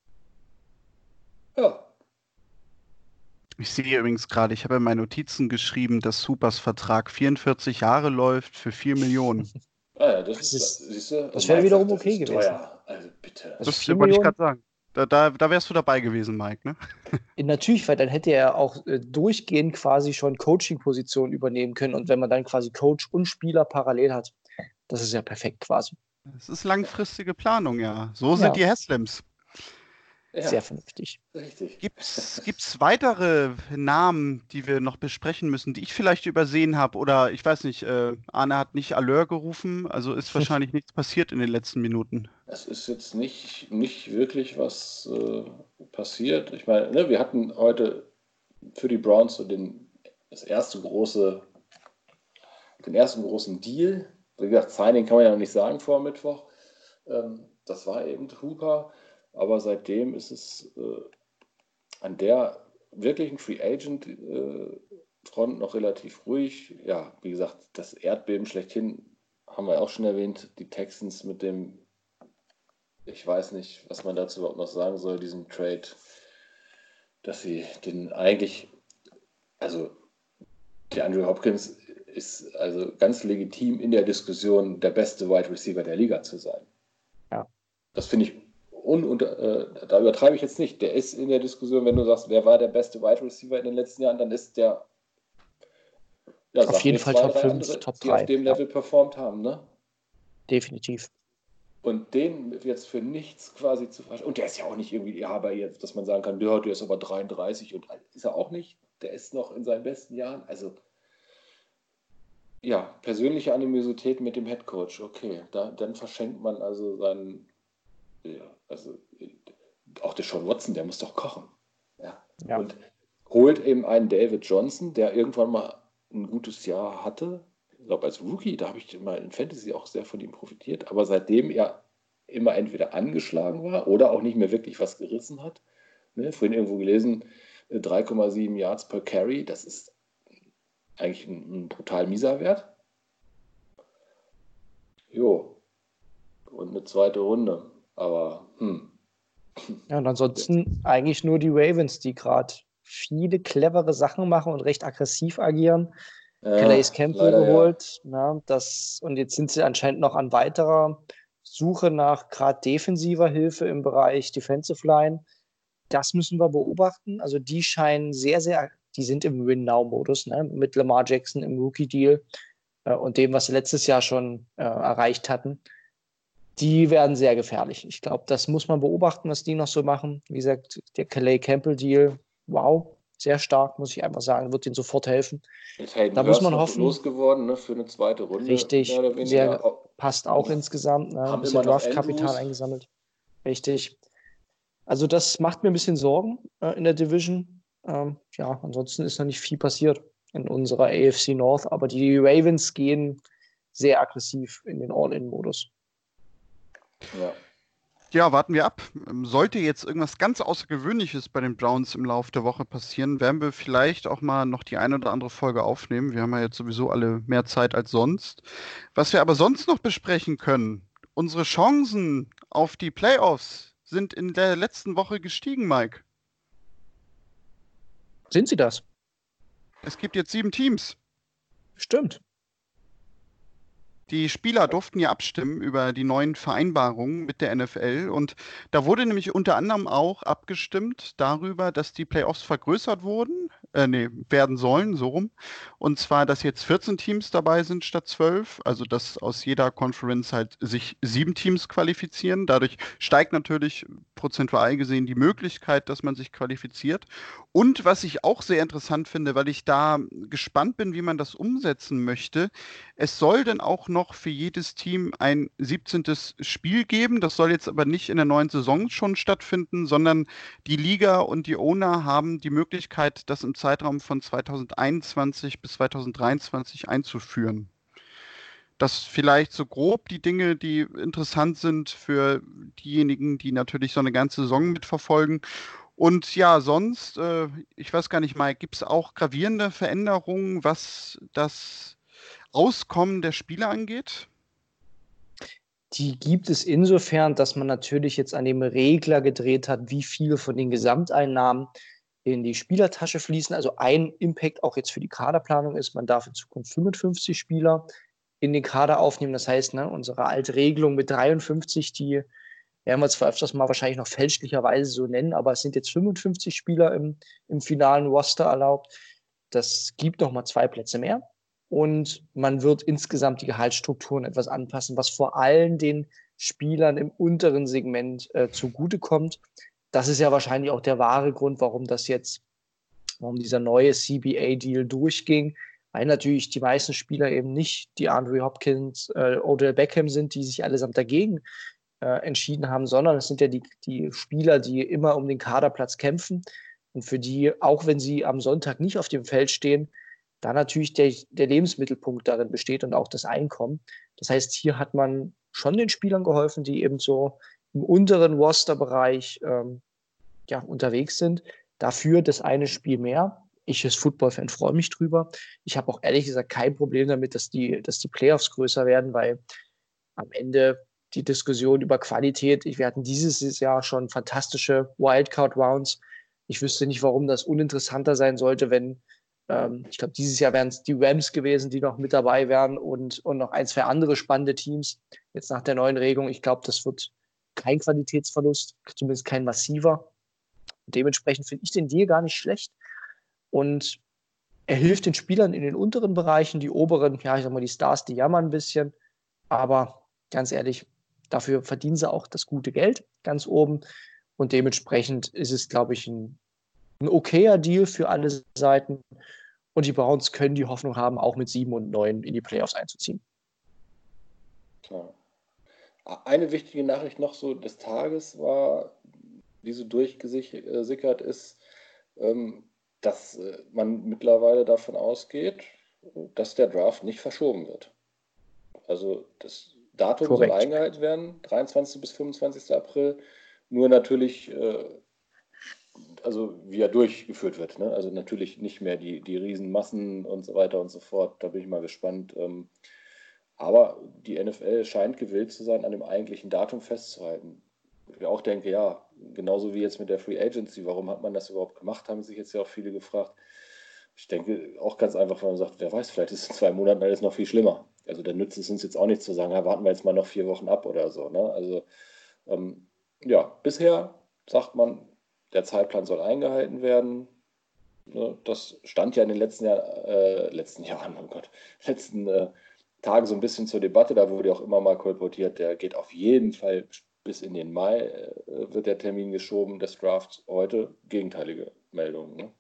[SPEAKER 3] Ja.
[SPEAKER 2] Ich sehe übrigens gerade, ich habe in meinen Notizen geschrieben, dass Hoopers Vertrag vierundvierzig Jahre läuft für vier Millionen.
[SPEAKER 3] Ah ja, das,
[SPEAKER 4] Das
[SPEAKER 3] ist,
[SPEAKER 4] ist-
[SPEAKER 3] siehst du,
[SPEAKER 4] das
[SPEAKER 3] und
[SPEAKER 4] wäre
[SPEAKER 3] Mike
[SPEAKER 4] wiederum
[SPEAKER 3] sagt, das
[SPEAKER 4] okay
[SPEAKER 3] ist
[SPEAKER 4] gewesen.
[SPEAKER 3] Teuer. Also bitte.
[SPEAKER 4] Also
[SPEAKER 2] Das
[SPEAKER 4] vier
[SPEAKER 2] wollte ich
[SPEAKER 4] Millionen?
[SPEAKER 2] gerade sagen. Da, da, da wärst du dabei gewesen, Mike, ne?
[SPEAKER 4] Natürlich, weil dann hätte er auch äh, durchgehend quasi schon Coaching-Positionen übernehmen können. Und wenn man dann quasi Coach und Spieler parallel hat, das ist ja perfekt quasi.
[SPEAKER 2] Das ist langfristige Planung, ja. So
[SPEAKER 4] Ja.
[SPEAKER 2] sind die Haslems.
[SPEAKER 3] Ja,
[SPEAKER 4] Sehr vernünftig.
[SPEAKER 3] richtig.
[SPEAKER 2] Gibt's, gibt's weitere Namen, die wir noch besprechen müssen, die ich vielleicht übersehen habe? Oder ich weiß nicht, äh, Arne hat nicht Allure gerufen, also ist wahrscheinlich nichts passiert in den letzten Minuten.
[SPEAKER 3] Es ist jetzt nicht, nicht wirklich was äh, passiert. Ich meine, ne, wir hatten heute für die Browns so den, das erste große, den ersten großen Deal. Wie gesagt, Signing kann man ja noch nicht sagen vor Mittwoch. Ähm, das war eben Hooper. Aber seitdem ist es äh, an der wirklichen Free Agent äh, Front noch relativ ruhig. Ja, wie gesagt, das Erdbeben schlechthin haben wir auch schon erwähnt. Die Texans mit dem, ich weiß nicht, was man dazu überhaupt noch sagen soll, diesem Trade, dass sie den eigentlich, also der Andrew Hopkins ist also ganz legitim in der Diskussion, der beste Wide Receiver der Liga zu sein.
[SPEAKER 4] Ja.
[SPEAKER 3] Das finde ich, un, unter, äh, da übertreibe ich jetzt nicht. Der ist in der Diskussion, wenn du sagst, wer war der beste Wide Receiver in den letzten Jahren, dann ist der ja,
[SPEAKER 4] Auf
[SPEAKER 3] sag
[SPEAKER 4] jeden
[SPEAKER 3] mir
[SPEAKER 4] Fall
[SPEAKER 3] zwei,
[SPEAKER 4] Top
[SPEAKER 3] drei
[SPEAKER 4] fünf,
[SPEAKER 3] andere,
[SPEAKER 4] Top
[SPEAKER 3] die
[SPEAKER 4] drei,
[SPEAKER 3] auf dem
[SPEAKER 4] ja.
[SPEAKER 3] Level performt haben, ne?
[SPEAKER 4] Definitiv.
[SPEAKER 3] Und den jetzt für nichts quasi zu verstehen. Und der ist ja auch nicht irgendwie, ja, aber jetzt, dass man sagen kann, ja, der ist aber dreiunddreißig und ist er auch nicht. Der ist noch in seinen besten Jahren. Also, ja, persönliche Animosität mit dem Headcoach. Okay, da, dann verschenkt man also seinen, ja, also auch der Sean Watson, der muss doch kochen. Ja.
[SPEAKER 4] Ja.
[SPEAKER 3] Und holt eben einen David Johnson, der irgendwann mal ein gutes Jahr hatte. Ich glaube, als Rookie, da habe ich mal in Fantasy auch sehr von ihm profitiert, aber seitdem er immer entweder angeschlagen war oder auch nicht mehr wirklich was gerissen hat. Ne, vorhin irgendwo gelesen, drei Komma sieben Yards per Carry, das ist eigentlich ein, ein brutal mieser Wert. Jo. Und eine zweite Runde. Aber, hm.
[SPEAKER 4] Ja, und ansonsten eigentlich nur die Ravens, die gerade viele clevere Sachen machen und recht aggressiv agieren.
[SPEAKER 3] Ja,
[SPEAKER 4] Calais Campbell
[SPEAKER 3] leider,
[SPEAKER 4] geholt. Ja. Ja, das, und jetzt sind sie anscheinend noch an weiterer Suche nach gerade defensiver Hilfe im Bereich Defensive Line. Das müssen wir beobachten. Also die scheinen sehr, sehr, die sind im Win-Now-Modus, ne? Mit Lamar Jackson im Rookie-Deal äh, und dem, was sie letztes Jahr schon äh, erreicht hatten. Die werden sehr gefährlich. Ich glaube, das muss man beobachten, was die noch so machen. Wie gesagt, der Calais Campbell-Deal, wow, sehr stark, muss ich einfach sagen, wird ihnen sofort helfen.
[SPEAKER 3] Jetzt Hayden
[SPEAKER 4] Da muss
[SPEAKER 3] Hurst
[SPEAKER 4] man
[SPEAKER 3] noch
[SPEAKER 4] hoffen.
[SPEAKER 3] losgeworden, ne, für eine zweite Runde.
[SPEAKER 4] Richtig,
[SPEAKER 3] mehr oder weniger.
[SPEAKER 4] sehr
[SPEAKER 3] Auch-
[SPEAKER 4] passt auch
[SPEAKER 3] Ja.
[SPEAKER 4] insgesamt. Ne? Ein
[SPEAKER 3] Haben
[SPEAKER 4] bisschen
[SPEAKER 3] immer noch
[SPEAKER 4] Draftkapital
[SPEAKER 3] Andrews.
[SPEAKER 4] eingesammelt. Richtig. Also das macht mir ein bisschen Sorgen äh, in der Division. Ähm, ja, ansonsten ist noch nicht viel passiert in unserer A F C North, aber die Ravens gehen sehr aggressiv in den All-In-Modus.
[SPEAKER 3] Ja.
[SPEAKER 2] Ja, warten wir ab. Ähm, Sollte jetzt irgendwas ganz Außergewöhnliches bei den Browns im Laufe der Woche passieren, werden wir vielleicht auch mal noch die eine oder andere Folge aufnehmen. Wir haben ja jetzt sowieso alle mehr Zeit als sonst. Was wir aber sonst noch besprechen können, unsere Chancen auf die Playoffs sind in der letzten Woche gestiegen, Mike.
[SPEAKER 4] Sind sie das?
[SPEAKER 2] Es gibt jetzt sieben Teams.
[SPEAKER 4] Stimmt.
[SPEAKER 2] Die Spieler durften ja abstimmen über die neuen Vereinbarungen mit der N F L und da wurde nämlich unter anderem auch abgestimmt darüber, dass die Playoffs vergrößert wurden, äh, nee, werden sollen, so rum. Und zwar, dass jetzt vierzehn Teams dabei sind statt zwölf, also dass aus jeder Conference halt sich sieben Teams qualifizieren. Dadurch steigt natürlich prozentual gesehen die Möglichkeit, dass man sich qualifiziert. Und was ich auch sehr interessant finde, weil ich da gespannt bin, wie man das umsetzen möchte, es soll dann auch noch für jedes Team ein siebzehntes Spiel geben. Das soll jetzt aber nicht in der neuen Saison schon stattfinden, sondern die Liga und die Owner haben die Möglichkeit, das im Zeitraum von zweitausendeinundzwanzig bis zweitausenddreiundzwanzig einzuführen. Das vielleicht so grob die Dinge, die interessant sind für diejenigen, die natürlich so eine ganze Saison mitverfolgen. Und ja, sonst, äh, ich weiß gar nicht, Mike, gibt es auch gravierende Veränderungen, was das Auskommen der Spieler angeht?
[SPEAKER 4] Die gibt es insofern, dass man natürlich jetzt an dem Regler gedreht hat, wie viele von den Gesamteinnahmen in die Spielertasche fließen. Also ein Impact auch jetzt für die Kaderplanung ist, man darf in Zukunft fünfundfünfzig Spieler in den Kader aufnehmen. Das heißt, ne, unsere alte Regelung mit dreiundfünfzig, die werden wir zwar öfters mal wahrscheinlich noch fälschlicherweise so nennen, aber es sind jetzt fünfundfünfzig Spieler im, im finalen Roster erlaubt. Das gibt nochmal zwei Plätze mehr. Und man wird insgesamt die Gehaltsstrukturen etwas anpassen, was vor allem den Spielern im unteren Segment äh, zugutekommt. Das ist ja wahrscheinlich auch der wahre Grund, warum das jetzt, warum dieser neue C B A-Deal durchging, weil natürlich die meisten Spieler eben nicht die Andre Hopkins, äh, Odell Beckham sind, die sich allesamt dagegen äh, entschieden haben, sondern es sind ja die, die Spieler, die immer um den Kaderplatz kämpfen und für die, auch wenn sie am Sonntag nicht auf dem Feld stehen, da natürlich der, der Lebensmittelpunkt darin besteht und auch das Einkommen. Das heißt, hier hat man schon den Spielern geholfen, die eben so im unteren Roster-Bereich ähm, ja, unterwegs sind. Dafür das eine Spiel mehr. Ich als Football-Fan freue mich drüber. Ich habe auch ehrlich gesagt kein Problem damit, dass die, dass die Playoffs größer werden, weil am Ende die Diskussion über Qualität, wir hatten dieses Jahr schon fantastische Wildcard-Rounds. Ich wüsste nicht, warum das uninteressanter sein sollte, wenn ich glaube, dieses Jahr wären es die Rams gewesen, die noch mit dabei wären und, und noch ein, zwei andere spannende Teams. Jetzt nach der neuen Regelung, ich glaube, das wird kein Qualitätsverlust, zumindest kein massiver. Dementsprechend finde ich den Deal gar nicht schlecht. Und er hilft den Spielern in den unteren Bereichen, die oberen, ja, ich sag mal, die Stars, die jammern ein bisschen. Aber ganz ehrlich, dafür verdienen sie auch das gute Geld ganz oben. Und dementsprechend ist es, glaube ich, ein ein okayer Deal für alle Seiten. Und die Browns können die Hoffnung haben, auch mit sieben und neun in die Playoffs einzuziehen.
[SPEAKER 3] Ja. Eine wichtige Nachricht noch so des Tages war, die so durchgesickert ist, dass man mittlerweile davon ausgeht, dass der Draft nicht verschoben wird. Also das Datum Korrekt. Soll eingehalten werden, dreiundzwanzigsten bis fünfundzwanzigsten April. Nur natürlich also wie er durchgeführt wird. Ne? Also natürlich nicht mehr die, die Riesenmassen und so weiter und so fort. Da bin ich mal gespannt. Ähm, aber die N F L scheint gewillt zu sein, an dem eigentlichen Datum festzuhalten. Ich auch denke, ja, genauso wie jetzt mit der Free Agency, warum hat man das überhaupt gemacht, haben sich jetzt ja auch viele gefragt. Ich denke auch ganz einfach, wenn man sagt, wer weiß, vielleicht ist es in zwei Monaten alles noch viel schlimmer. Also da nützt es uns jetzt auch nicht zu sagen, ja, warten wir jetzt mal noch vier Wochen ab oder so. Ne? Also ähm, ja, bisher sagt man, der Zeitplan soll eingehalten werden. Das stand ja in den letzten, Jahr, äh, letzten Jahren, oh Gott, letzten äh, Tagen so ein bisschen zur Debatte. Da wurde auch immer mal kolportiert, der geht auf jeden Fall bis in den Mai, äh, wird der Termin geschoben des Drafts. Heute gegenteilige Meldungen. Ne?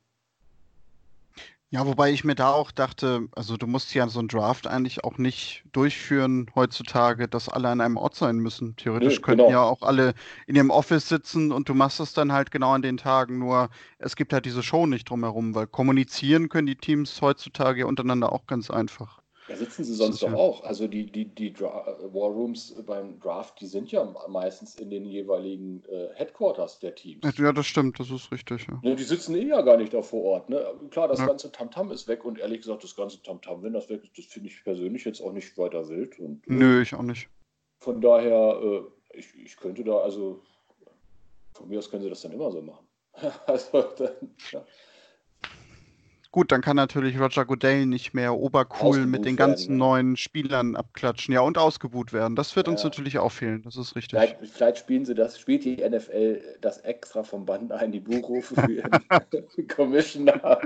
[SPEAKER 2] Ja, wobei ich mir da auch dachte, also du musst ja so einen Draft eigentlich auch nicht durchführen heutzutage, dass alle an einem Ort sein müssen. Theoretisch
[SPEAKER 3] Nö,
[SPEAKER 2] könnten
[SPEAKER 3] genau.
[SPEAKER 2] ja auch alle in ihrem Office sitzen und du machst das dann halt genau an den Tagen. Nur es gibt halt diese Show nicht drumherum, weil kommunizieren können die Teams heutzutage ja untereinander auch ganz einfach.
[SPEAKER 3] Ja, sitzen sie
[SPEAKER 2] Das
[SPEAKER 3] sonst
[SPEAKER 2] ist
[SPEAKER 3] doch
[SPEAKER 2] ja,
[SPEAKER 3] auch. Also die, die, die Dra War Rooms beim Draft, die sind ja meistens in den jeweiligen äh, Headquarters der Teams.
[SPEAKER 2] ja, das stimmt, das ist richtig, ja.
[SPEAKER 3] Ne, die sitzen eh ja gar nicht da vor Ort. Ne? Klar, das
[SPEAKER 2] Ja.
[SPEAKER 3] ganze Tamtam ist weg und ehrlich gesagt, das ganze Tamtam, wenn das weg ist, das finde ich persönlich jetzt auch nicht weiter wild. Und äh,
[SPEAKER 2] Nö, ich auch nicht.
[SPEAKER 3] von daher, äh, ich, ich könnte da, also von mir aus können sie das dann immer so machen. Also dann, ja,
[SPEAKER 2] Gut, dann kann natürlich Roger Goodell nicht mehr obercool mit
[SPEAKER 3] ausgebucht
[SPEAKER 2] den
[SPEAKER 3] werden.
[SPEAKER 2] ganzen
[SPEAKER 3] Ne?
[SPEAKER 2] neuen Spielern abklatschen. Ja, und ausgebucht werden. Das wird uns
[SPEAKER 3] Ja.
[SPEAKER 2] natürlich auch fehlen. Das ist richtig.
[SPEAKER 3] Vielleicht, vielleicht spielen sie das, spielt die N F L das extra vom Band ein, die Buchrufe für ihren Commissioner.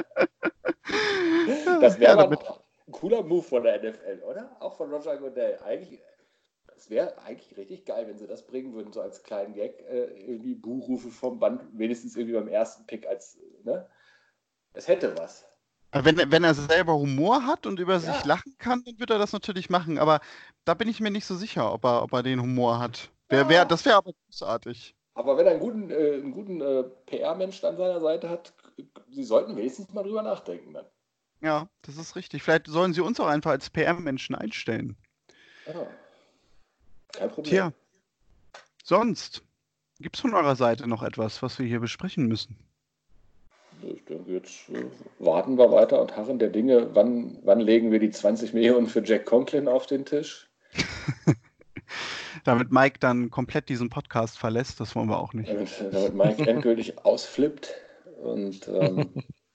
[SPEAKER 3] Das
[SPEAKER 2] Ja,
[SPEAKER 3] wäre mal
[SPEAKER 2] damit.
[SPEAKER 3] ein cooler Move von der N F L, oder? Auch von Roger Goodell. Eigentlich, es wäre eigentlich richtig geil, wenn sie das bringen würden, so als kleinen Gag, äh, irgendwie Buchrufe vom Band, wenigstens irgendwie beim ersten Pick als, ne? Es hätte was.
[SPEAKER 2] Wenn, er- wenn er selber Humor hat und über sich
[SPEAKER 3] Ja,
[SPEAKER 2] lachen kann, dann wird er das natürlich machen. Aber da bin ich mir nicht so sicher, ob er, ob er den Humor hat. Wer, wer,
[SPEAKER 3] ja.
[SPEAKER 2] das wäre aber großartig.
[SPEAKER 3] Aber wenn er einen guten, äh, einen guten äh, P R-Mensch an seiner Seite hat, k- sie sollten wenigstens mal drüber nachdenken dann.
[SPEAKER 2] Ja, das ist richtig. Vielleicht sollen sie uns auch einfach als P R-Menschen einstellen.
[SPEAKER 3] Ja, kein Problem.
[SPEAKER 2] Tja, sonst gibt es von eurer Seite noch etwas, was wir hier besprechen müssen?
[SPEAKER 3] Ich denke, jetzt äh, warten wir weiter und harren der Dinge. Wann, wann legen wir die zwanzig Millionen für Jack Conklin auf den Tisch?
[SPEAKER 2] Damit Mike dann komplett diesen Podcast verlässt, das wollen wir auch nicht.
[SPEAKER 3] Damit, damit Mike endgültig ausflippt. Und ähm,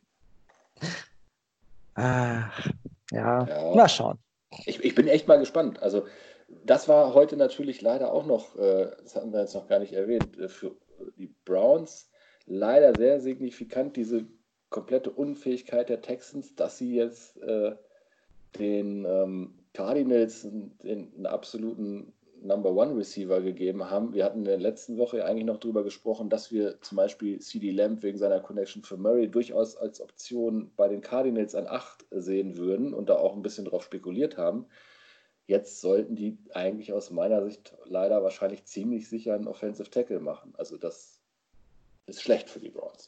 [SPEAKER 4] Ah, ja,
[SPEAKER 3] ja,
[SPEAKER 4] mal schauen.
[SPEAKER 3] ich, ich bin echt mal gespannt. Also, das war heute natürlich leider auch noch, äh, das hatten wir jetzt noch gar nicht erwähnt, äh, für die Browns leider sehr signifikant diese komplette Unfähigkeit der Texans, dass sie jetzt äh, den ähm, Cardinals den, den einen absoluten Number One Receiver gegeben haben. Wir hatten in der letzten Woche eigentlich noch darüber gesprochen, dass wir zum Beispiel CeeDee Lamb wegen seiner Connection für Murray durchaus als Option bei den Cardinals an acht sehen würden und da auch ein bisschen drauf spekuliert haben. Jetzt sollten die eigentlich aus meiner Sicht leider wahrscheinlich ziemlich sicher einen Offensive Tackle machen. Also das ist schlecht für die Browns.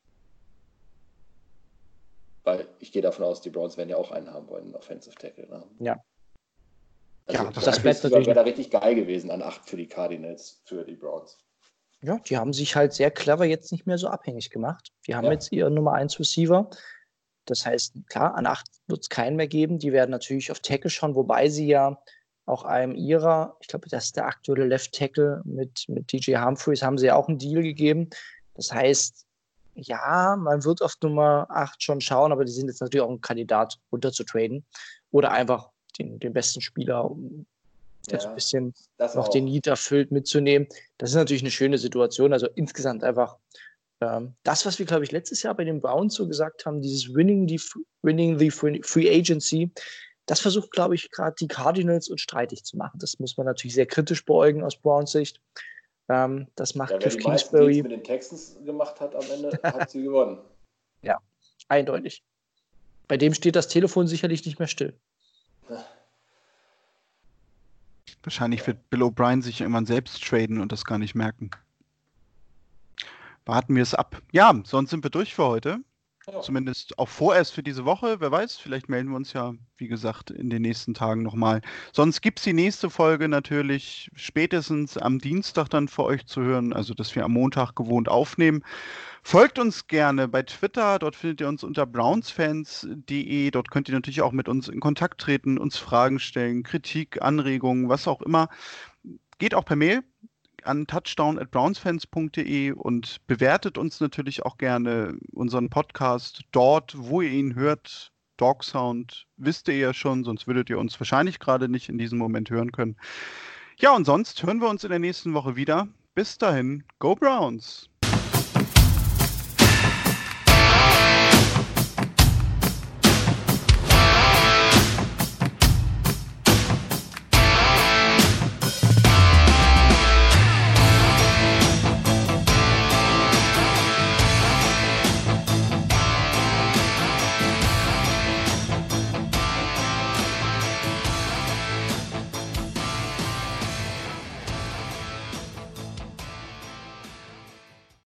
[SPEAKER 3] Weil ich gehe davon aus, die Browns werden ja auch einen haben wollen, einen Offensive Tackle. Ne?
[SPEAKER 4] Ja.
[SPEAKER 3] Also
[SPEAKER 2] Ja,
[SPEAKER 3] das,
[SPEAKER 4] das bleibt
[SPEAKER 3] wäre
[SPEAKER 4] natürlich-
[SPEAKER 3] da richtig geil gewesen an acht für die Cardinals, für die Browns.
[SPEAKER 4] Ja, die haben sich halt sehr clever jetzt nicht mehr so abhängig gemacht. Die haben
[SPEAKER 3] Ja.
[SPEAKER 4] jetzt ihren Nummer eins Receiver. Das heißt, klar, an acht wird es keinen mehr geben. Die werden natürlich auf Tackle schauen, wobei sie ja auch einem ihrer, ich glaube, das ist der aktuelle Left Tackle mit, mit D J Humphreys, haben sie ja auch einen Deal gegeben. Das heißt, ja, man wird auf Nummer acht schon schauen, aber die sind jetzt natürlich auch ein Kandidat, runter zu traden. Oder einfach den, den besten Spieler, um jetzt
[SPEAKER 3] Ja,
[SPEAKER 4] ein bisschen
[SPEAKER 3] das
[SPEAKER 4] noch
[SPEAKER 3] auch.
[SPEAKER 4] den Need erfüllt mitzunehmen. Das ist natürlich eine schöne Situation. Also insgesamt einfach ähm, das, was wir, glaube ich, letztes Jahr bei den Browns so gesagt haben, dieses Winning the, winning the Free Agency, das versucht, glaube ich, gerade die Cardinals und streitig zu machen. Das muss man natürlich sehr kritisch beäugen aus Browns Sicht. Ähm, das macht
[SPEAKER 3] Ja, wer
[SPEAKER 4] Cliff
[SPEAKER 3] die meisten Deals
[SPEAKER 4] Kingsbury
[SPEAKER 3] mit den Texans gemacht hat am Ende, hat sie gewonnen.
[SPEAKER 4] eindeutig. Bei dem steht das Telefon sicherlich nicht mehr still.
[SPEAKER 2] Wahrscheinlich wird Bill O'Brien sich irgendwann selbst traden und das gar nicht merken. Warten wir es ab. Ja, sonst sind wir durch für heute.
[SPEAKER 3] Ja.
[SPEAKER 2] Zumindest auch vorerst für diese Woche. Wer weiß, vielleicht melden wir uns ja, wie gesagt, in den nächsten Tagen nochmal. Sonst gibt es die nächste Folge natürlich spätestens am Dienstag dann für euch zu hören, also dass wir am Montag gewohnt aufnehmen. Folgt uns gerne bei Twitter, dort findet ihr uns unter brownsfans punkt de. Dort könnt ihr natürlich auch mit uns in Kontakt treten, uns Fragen stellen, Kritik, Anregungen, was auch immer. Geht auch per Mail an touchdown at brownsfans punkt de und bewertet uns natürlich auch gerne unseren Podcast dort, wo ihr ihn hört. Dog Sound wisst ihr ja schon, sonst würdet ihr uns wahrscheinlich gerade nicht in diesem Moment hören können. Ja, und sonst hören wir uns in der nächsten Woche wieder. Bis dahin, Go Browns!